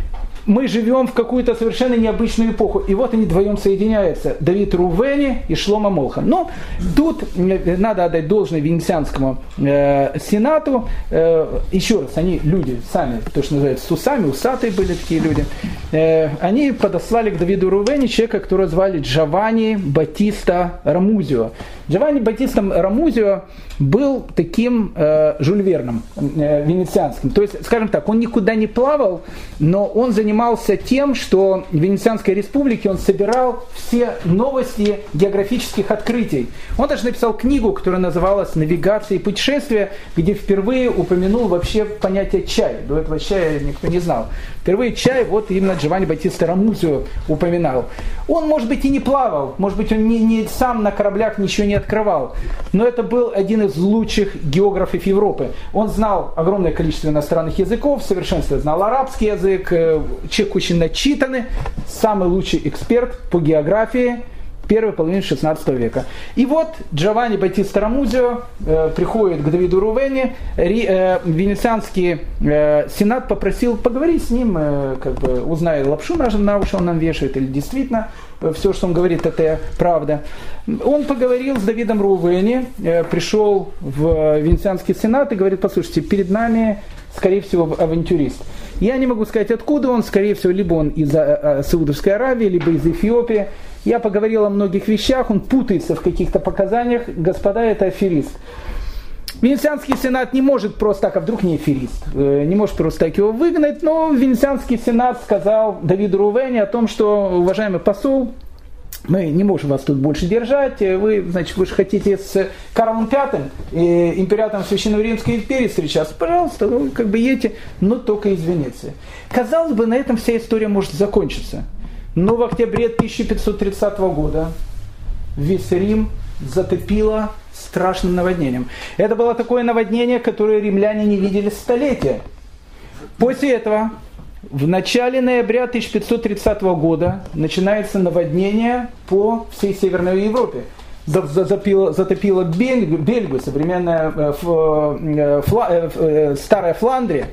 Мы живем в какую-то совершенно необычную эпоху. И вот они вдвоем соединяются. Давид Реувени и Шломо Молха. Но тут надо отдать должное Венецианскому э, сенату. Э, еще раз, они люди сами, то, что называется, с усами, усатые были такие люди. Э, они подослали к Давиду Реувени человека, которого звали Джованни Батиста Рамузио. Джованни Батиста Рамузио был таким э, Жюль Верном э, венецианским. То есть, скажем так, он никуда не плавал, но он занимался тем, что в Венецианской республике он собирал все новости географических открытий. Он даже написал книгу, которая называлась «Навигация и путешествия», где впервые упомянул вообще понятие чай. До этого чая никто не знал. Впервые чай вот именно Джованни Батиста Рамузио упоминал. Он, может быть, и не плавал, может быть, он не, не сам на кораблях ничего не открывал, но это был один из лучших географов Европы. Он знал огромное количество иностранных языков, в совершенстве знал арабский язык, человек очень начитанный, самый лучший эксперт по географии первой половины шестнадцатого века. И вот Джованни Батиста Рамузио э, приходит к Давиду Реувени, э, Венецианский э, сенат попросил поговорить с ним, э, как бы узнай, лапшу на, на уши он нам вешает, или действительно э, все, что он говорит, это правда. Он поговорил с Давидом Реувени, э, пришел в Венецианский сенат и говорит: послушайте, перед нами, скорее всего, авантюрист. Я не могу сказать, откуда он, скорее всего, либо он из Саудовской Аравии, либо из Эфиопии. Я поговорил о многих вещах, он путается в каких-то показаниях. Господа, это аферист. Венецианский сенат не может просто так, а вдруг не аферист, не может просто так его выгнать, но Венецианский сенат сказал Давиду Реувени о том, что, уважаемый посол, мы не можем вас тут больше держать, вы, значит, вы же хотите с Карлом Пятым, императором Священной Римской империи встречаться, пожалуйста, ну, как бы едете, но только из Венеции. Казалось бы, на этом вся история может закончиться. Но в октябре тысяча пятьсот тридцатого года весь Рим затопило страшным наводнением. Это было такое наводнение, которое римляне не видели столетия. После этого, в начале ноября тысяча пятьсот тридцатого года, начинается наводнение по всей Северной Европе. Затопило, затопило Бельгию, Бельгию, современная э, фла, э, старая Фландрия.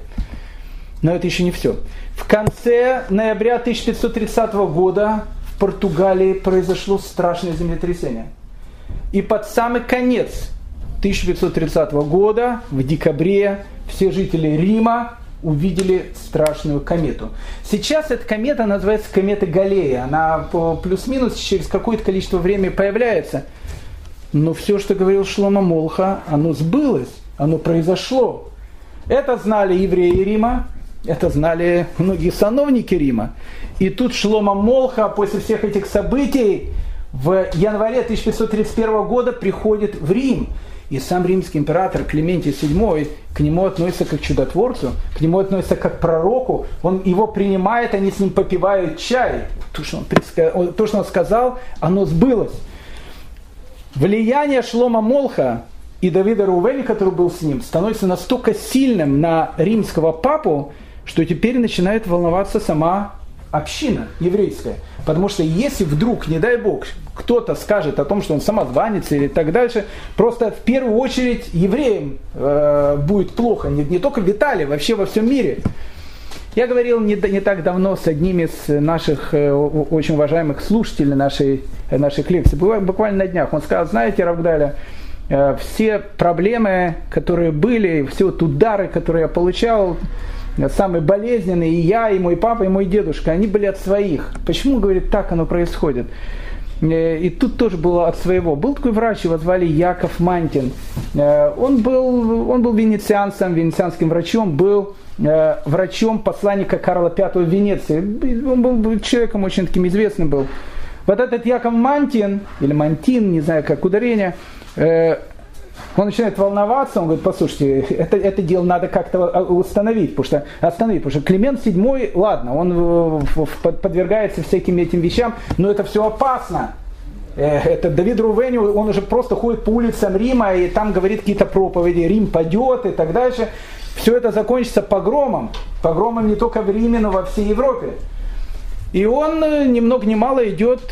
Но это еще не все. В конце ноября тысяча пятьсот тридцатого года в Португалии произошло страшное землетрясение. И под самый конец тысяча пятьсот тридцатого года, в декабре, все жители Рима увидели страшную комету. Сейчас эта комета называется комета Галлея. Она плюс-минус через какое-то количество времени появляется. Но все, что говорил Шломо Молха, оно сбылось, оно произошло. Это знали евреи Рима, это знали многие сановники Рима. И тут Шломо Молха после всех этих событий, в январе тысяча пятьсот тридцать первого года приходит в Рим. И сам римский император Клементий седьмой к нему относится как к чудотворцу, к нему относится как к пророку, он его принимает, они с ним попивают чай. То, что он, то, что он сказал, оно сбылось. Влияние Шломо Молха и Давида Реувени, который был с ним, становится настолько сильным на римского папу, что теперь начинает волноваться сама община еврейская. Потому что если вдруг, не дай бог, кто-то скажет о том, что он самозванец или так дальше, просто в первую очередь евреям э, будет плохо. Не, не только в Италии, вообще во всем мире. Я говорил не, не так давно с одним из наших э, очень уважаемых слушателей нашей, наших лекций, буквально на днях. Он сказал, знаете, Рав Гдаля, э, все проблемы, которые были, все вот удары, которые я получал, самые болезненные, и я, и мой папа, и мой дедушка, они были от своих. Почему, говорит, так оно происходит? И тут тоже было от своего. Был такой врач, его звали Яков Мантин. Он был, он был венецианцем, венецианским врачом, был врачом посланника Карла Пятого в Венеции. Он был человеком очень таким известным был. Вот этот Яков Мантин, или Мантин, не знаю как ударение, он начинает волноваться, он говорит, послушайте, это, это дело надо как-то установить, потому что, остановить, потому что Климент седьмой, ладно, он подвергается всяким этим вещам, но это все опасно. Это Давид Реувени, он уже просто ходит по улицам Рима и там говорит какие-то проповеди, Рим падет и так дальше. Все это закончится погромом, погромом не только в Риме, но во всей Европе. И он ни много ни мало идет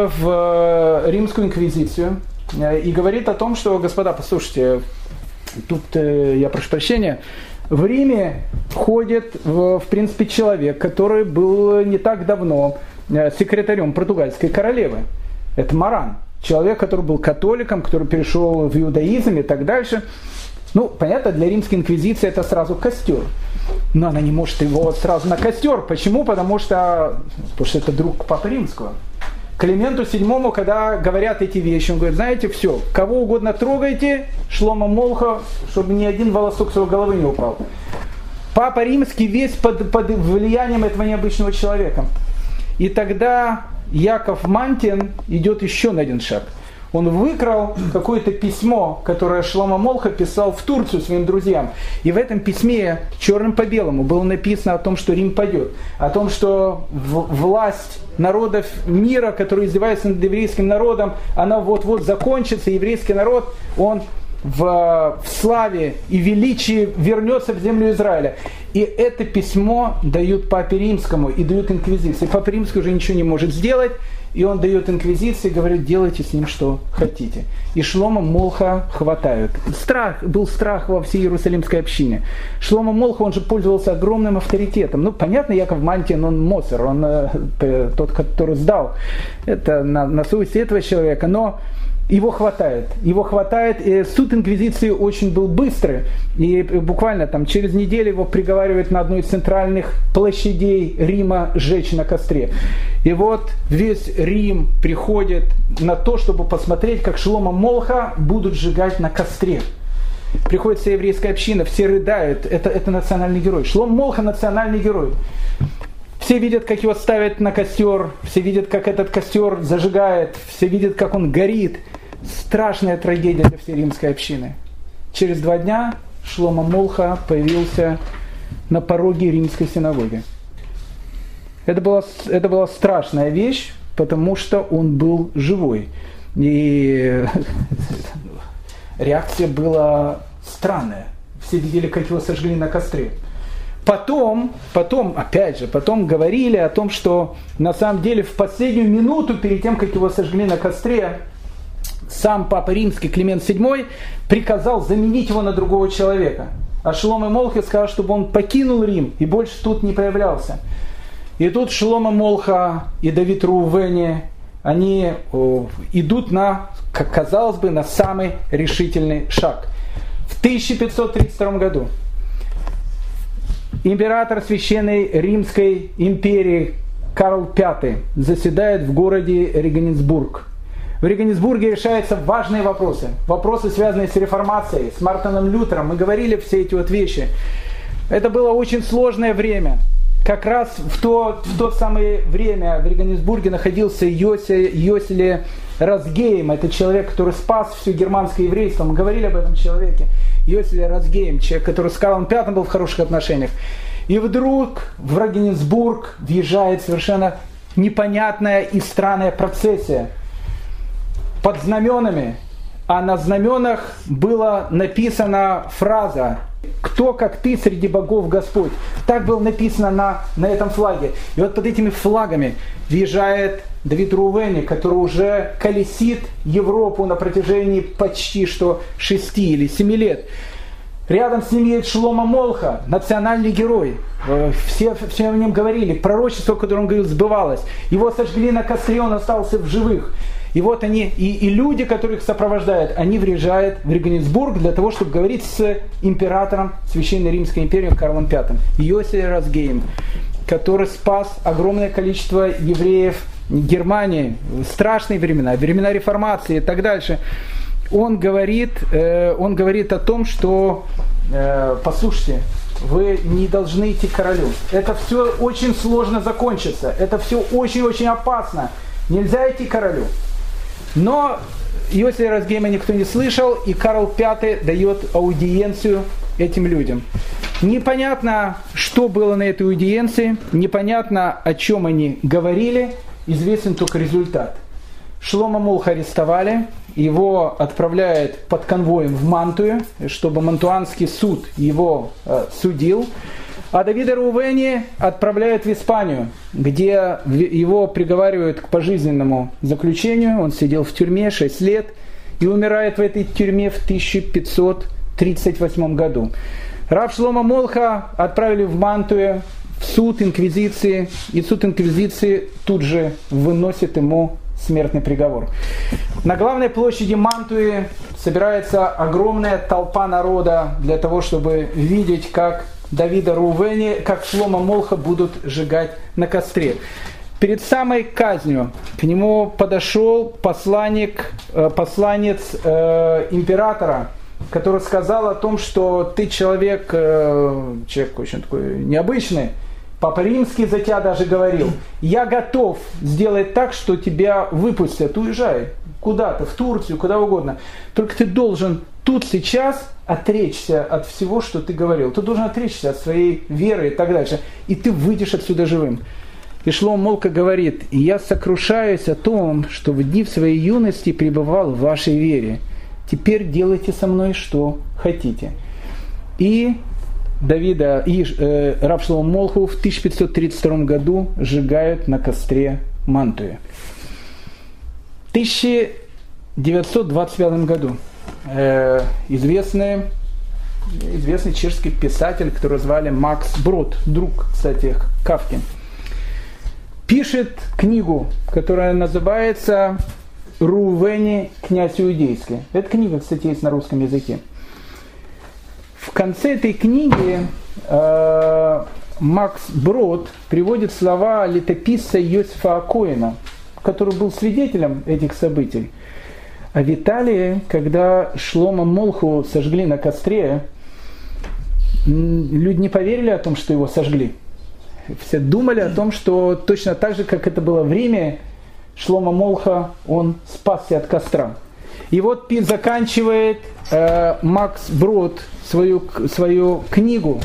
в римскую инквизицию. И говорит о том, что, господа, послушайте, тут, э, я прошу прощения, в Риме входит, в, в принципе, человек, который был не так давно э, секретарем португальской королевы. Это Маран. Человек, который был католиком, который перешел в иудаизм и так дальше. Ну, понятно, для римской инквизиции это сразу костер. Но она не может его сразу на костер. Почему? Потому что, потому что это друг Папы Римского. Клименту седьмому, когда говорят эти вещи, он говорит, знаете, все, кого угодно трогайте, Шломо Молха, чтобы ни один волосок с его головы не упал. Папа Римский весь под, под влиянием этого необычного человека. И тогда Яков Мантин идет еще на один шаг. Он выкрал какое-то письмо, которое Шломо Молха писал в Турцию своим друзьям. И в этом письме черным по белому было написано о том, что Рим падет. О том, что власть народов мира, который издевается над еврейским народом, она вот-вот закончится. Еврейский народ, он в, в славе и величии вернется в землю Израиля. И это письмо дают Папе Римскому и дают инквизиции. Папа Римский уже ничего не может сделать. И он дает инквизиции и говорит, делайте с ним что хотите. И Шломо Молха хватают. Страх, был страх во всей Иерусалимской общине. Шломо Молха, он же пользовался огромным авторитетом. Ну, понятно, Яков Мантин, он Моцер, он э, тот, который сдал. Это на, на совести этого человека. Но его хватает. Его хватает. И суд инквизиции очень был быстрый. И буквально там через неделю его приговаривают на одной из центральных площадей Рима сжечь на костре. И вот весь Рим приходит на то, чтобы посмотреть, как Шломо Молха будут сжигать на костре. Приходит вся еврейская община, все рыдают. Это, это национальный герой. Шломо Молха национальный герой. Все видят, как его ставят на костер, все видят, как этот костер зажигает, все видят, как он горит. Страшная трагедия для всей римской общины. Через два дня Шломо Молха появился на пороге римской синагоги. Это была, это была страшная вещь, потому что он был живой. И реакция была странная. Все видели, как его сожгли на костре. Потом, потом, опять же, потом говорили о том, что на самом деле в последнюю минуту перед тем, как его сожгли на костре, сам Папа Римский Климент седьмой приказал заменить его на другого человека. А Шломо Молха сказал, чтобы он покинул Рим и больше тут не появлялся. И тут Шломо Молха и Давид Реувени, они о, идут на, как казалось бы, на самый решительный шаг. В тысяча пятьсот тридцать втором году император Священной Римской империи Карл Пятый заседает в городе Регенсбург. В Регенсбурге решаются важные вопросы. Вопросы, связанные с реформацией, с Мартином Лютером. Мы говорили все эти вот вещи. Это было очень сложное время. как раз в то, в то самое время в Регенсбурге находился Йоси, Йосили Разгейм. Это человек, который спас все германское еврейство. Мы говорили об этом человеке. Йосили Разгейм, человек, который с Карлом Пятым был в хороших отношениях. И вдруг в Регенсбург въезжает совершенно непонятная и странная процессия под знаменами. А на знаменах была написана фраза «Кто, как ты, среди богов Господь». Так было написано на, на этом флаге. И вот под этими флагами въезжает Давид Рувени, который уже колесит Европу на протяжении почти что шести или семи лет. Рядом с ним едет Шломо Молха, национальный герой. Все, все о нем говорили, пророчество, которое он говорил, сбывалось. Его сожгли на костре, он остался в живых. И вот они, и, и люди, которые их сопровождают, они въезжают в Регенсбург для того, чтобы говорить с императором Священной Римской империи Карлом Пятым. Йосили Разгейм, который спас огромное количество евреев Германии, страшные времена, времена реформации и так дальше. Он говорит, э, он говорит о том, что, э, послушайте, вы не должны идти к королю. Это все очень сложно закончится, это все очень-очень опасно. Нельзя идти к королю. Но Йосили Разгейма никто не слышал, и Карл Пятый дает аудиенцию этим людям. Непонятно, что было на этой аудиенции, непонятно, о чем они говорили, известен только результат. Шломо Молха арестовали, его отправляют под конвоем в Мантую, чтобы Мантуанский суд его э, судил. А Давида Рувени отправляют в Испанию, где его приговаривают к пожизненному заключению. Он сидел в тюрьме шесть лет и умирает в этой тюрьме в тысяча пятьсот тридцать восьмом году. Рав Шломо Молха отправили в Мантую, в суд инквизиции, и суд инквизиции тут же выносит ему смертный приговор. На главной площади Мантуи собирается огромная толпа народа для того, чтобы видеть, как Давида Рувени, как Шломо Молха будут сжигать на костре. Перед самой казнью к нему подошел посланник, посланец э, императора, который сказал о том, что ты человек, э, человек очень такой необычный, Папа Римский за тебя даже говорил, я готов сделать так, что тебя выпустят, уезжай куда-то, в Турцию, куда угодно. Только ты должен тут сейчас отречься от всего, что ты говорил. Ты должен отречься от своей веры и так дальше. И ты выйдешь отсюда живым. И Шломо Молха говорит, я сокрушаюсь о том, что в дни своей юности пребывал в вашей вере. Теперь делайте со мной, что хотите. И Давида и э, рав Шломо Молху в тысяча пятьсот тридцать втором году сжигают на костре Мантуи. В тысяча девятьсот двадцать пятом году э, известный, известный чешский писатель, которого звали Макс Брод, друг, кстати, Кафки, пишет книгу, которая называется «Рувени, князь иудейский». Эта книга, кстати, есть на русском языке. В конце этой книги э, Макс Брод приводит слова летописца Йосифа Акоина, который был свидетелем этих событий. А в Италии, когда Шломо Молху сожгли на костре, люди не поверили о том, что его сожгли. Все думали о том, что точно так же, как это было в Риме, Шломо Молха, он спасся от костра. И вот заканчивает э, Макс Брод свою, свою книгу.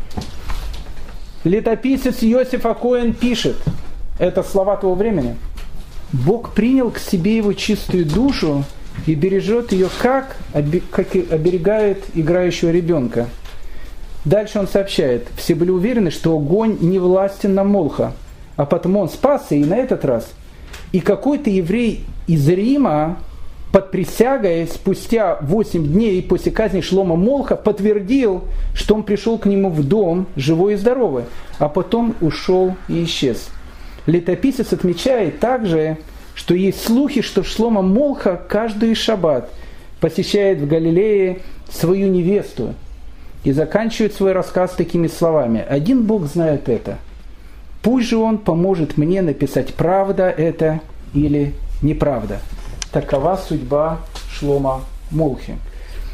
Летописец Йосиф Акоин пишет, это слова того времени, Бог принял к себе его чистую душу и бережет ее, как, как оберегает играющего ребенка. Дальше он сообщает, все были уверены, что огонь не властен на Молха, а потому он спасся и на этот раз. И какой-то еврей из Рима под присягой спустя восемь дней после казни Шломо Молха подтвердил, что он пришел к нему в дом живой и здоровый, а потом ушел и исчез. Летописец отмечает также, что есть слухи, что Шломо Молха каждый шаббат посещает в Галилее свою невесту и заканчивает свой рассказ такими словами. «Один Бог знает это. Пусть же Он поможет мне написать, правда это или неправда». Такова судьба Шломо Молхи.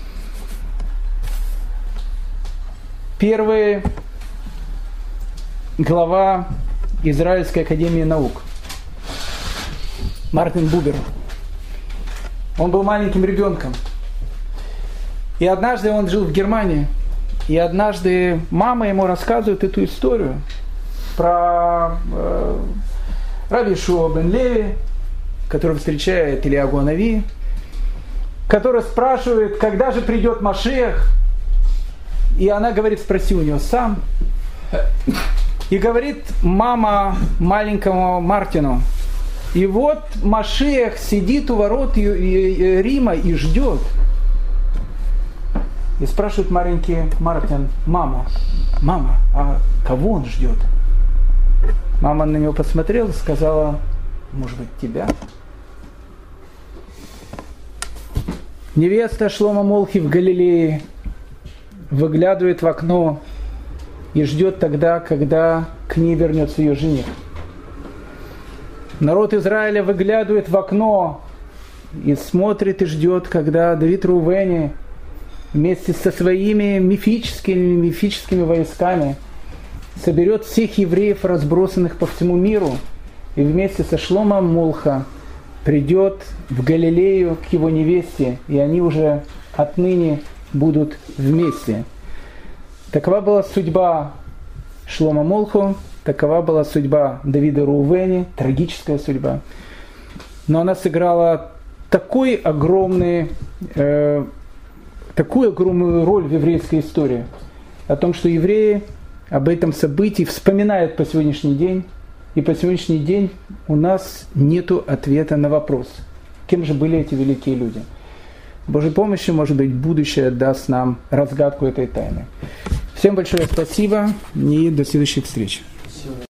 Первые глава Израильской академии наук, Мартин Бубер. Он был маленьким ребенком. И однажды он жил в Германии. И однажды мама ему рассказывает эту историю про э, Раби Йешуа бен Леви, который встречает Ильягу Анави, который спрашивает, когда же придет Машиах. И она говорит, спроси у него сам. И говорит мама маленькому Мартину, и вот Машиах сидит у ворот Рима и ждет. И спрашивает маленький Мартин, мама, мама, а кого он ждет? Мама на него посмотрела и сказала, может быть, тебя? Невеста Шломо Молхи в Галилее выглядывает в окно и ждет тогда, когда к ней вернется ее жених. Народ Израиля выглядывает в окно и смотрит и ждет, когда Давид Рувени вместе со своими мифическими, мифическими войсками соберет всех евреев, разбросанных по всему миру, и вместе со Шломо Молха придет в Галилею к его невесте, и они уже отныне будут вместе. Такова была судьба Шломо Молху, такова была судьба Давида Рувени, трагическая судьба. Но она сыграла такой огромный, э, такую огромную роль в еврейской истории, о том, что евреи об этом событии вспоминают по сегодняшний день, и по сегодняшний день у нас нет ответа на вопрос, кем же были эти великие люди. Божьей помощью, может быть, будущее даст нам разгадку этой тайны. Всем большое спасибо и до следующих встреч.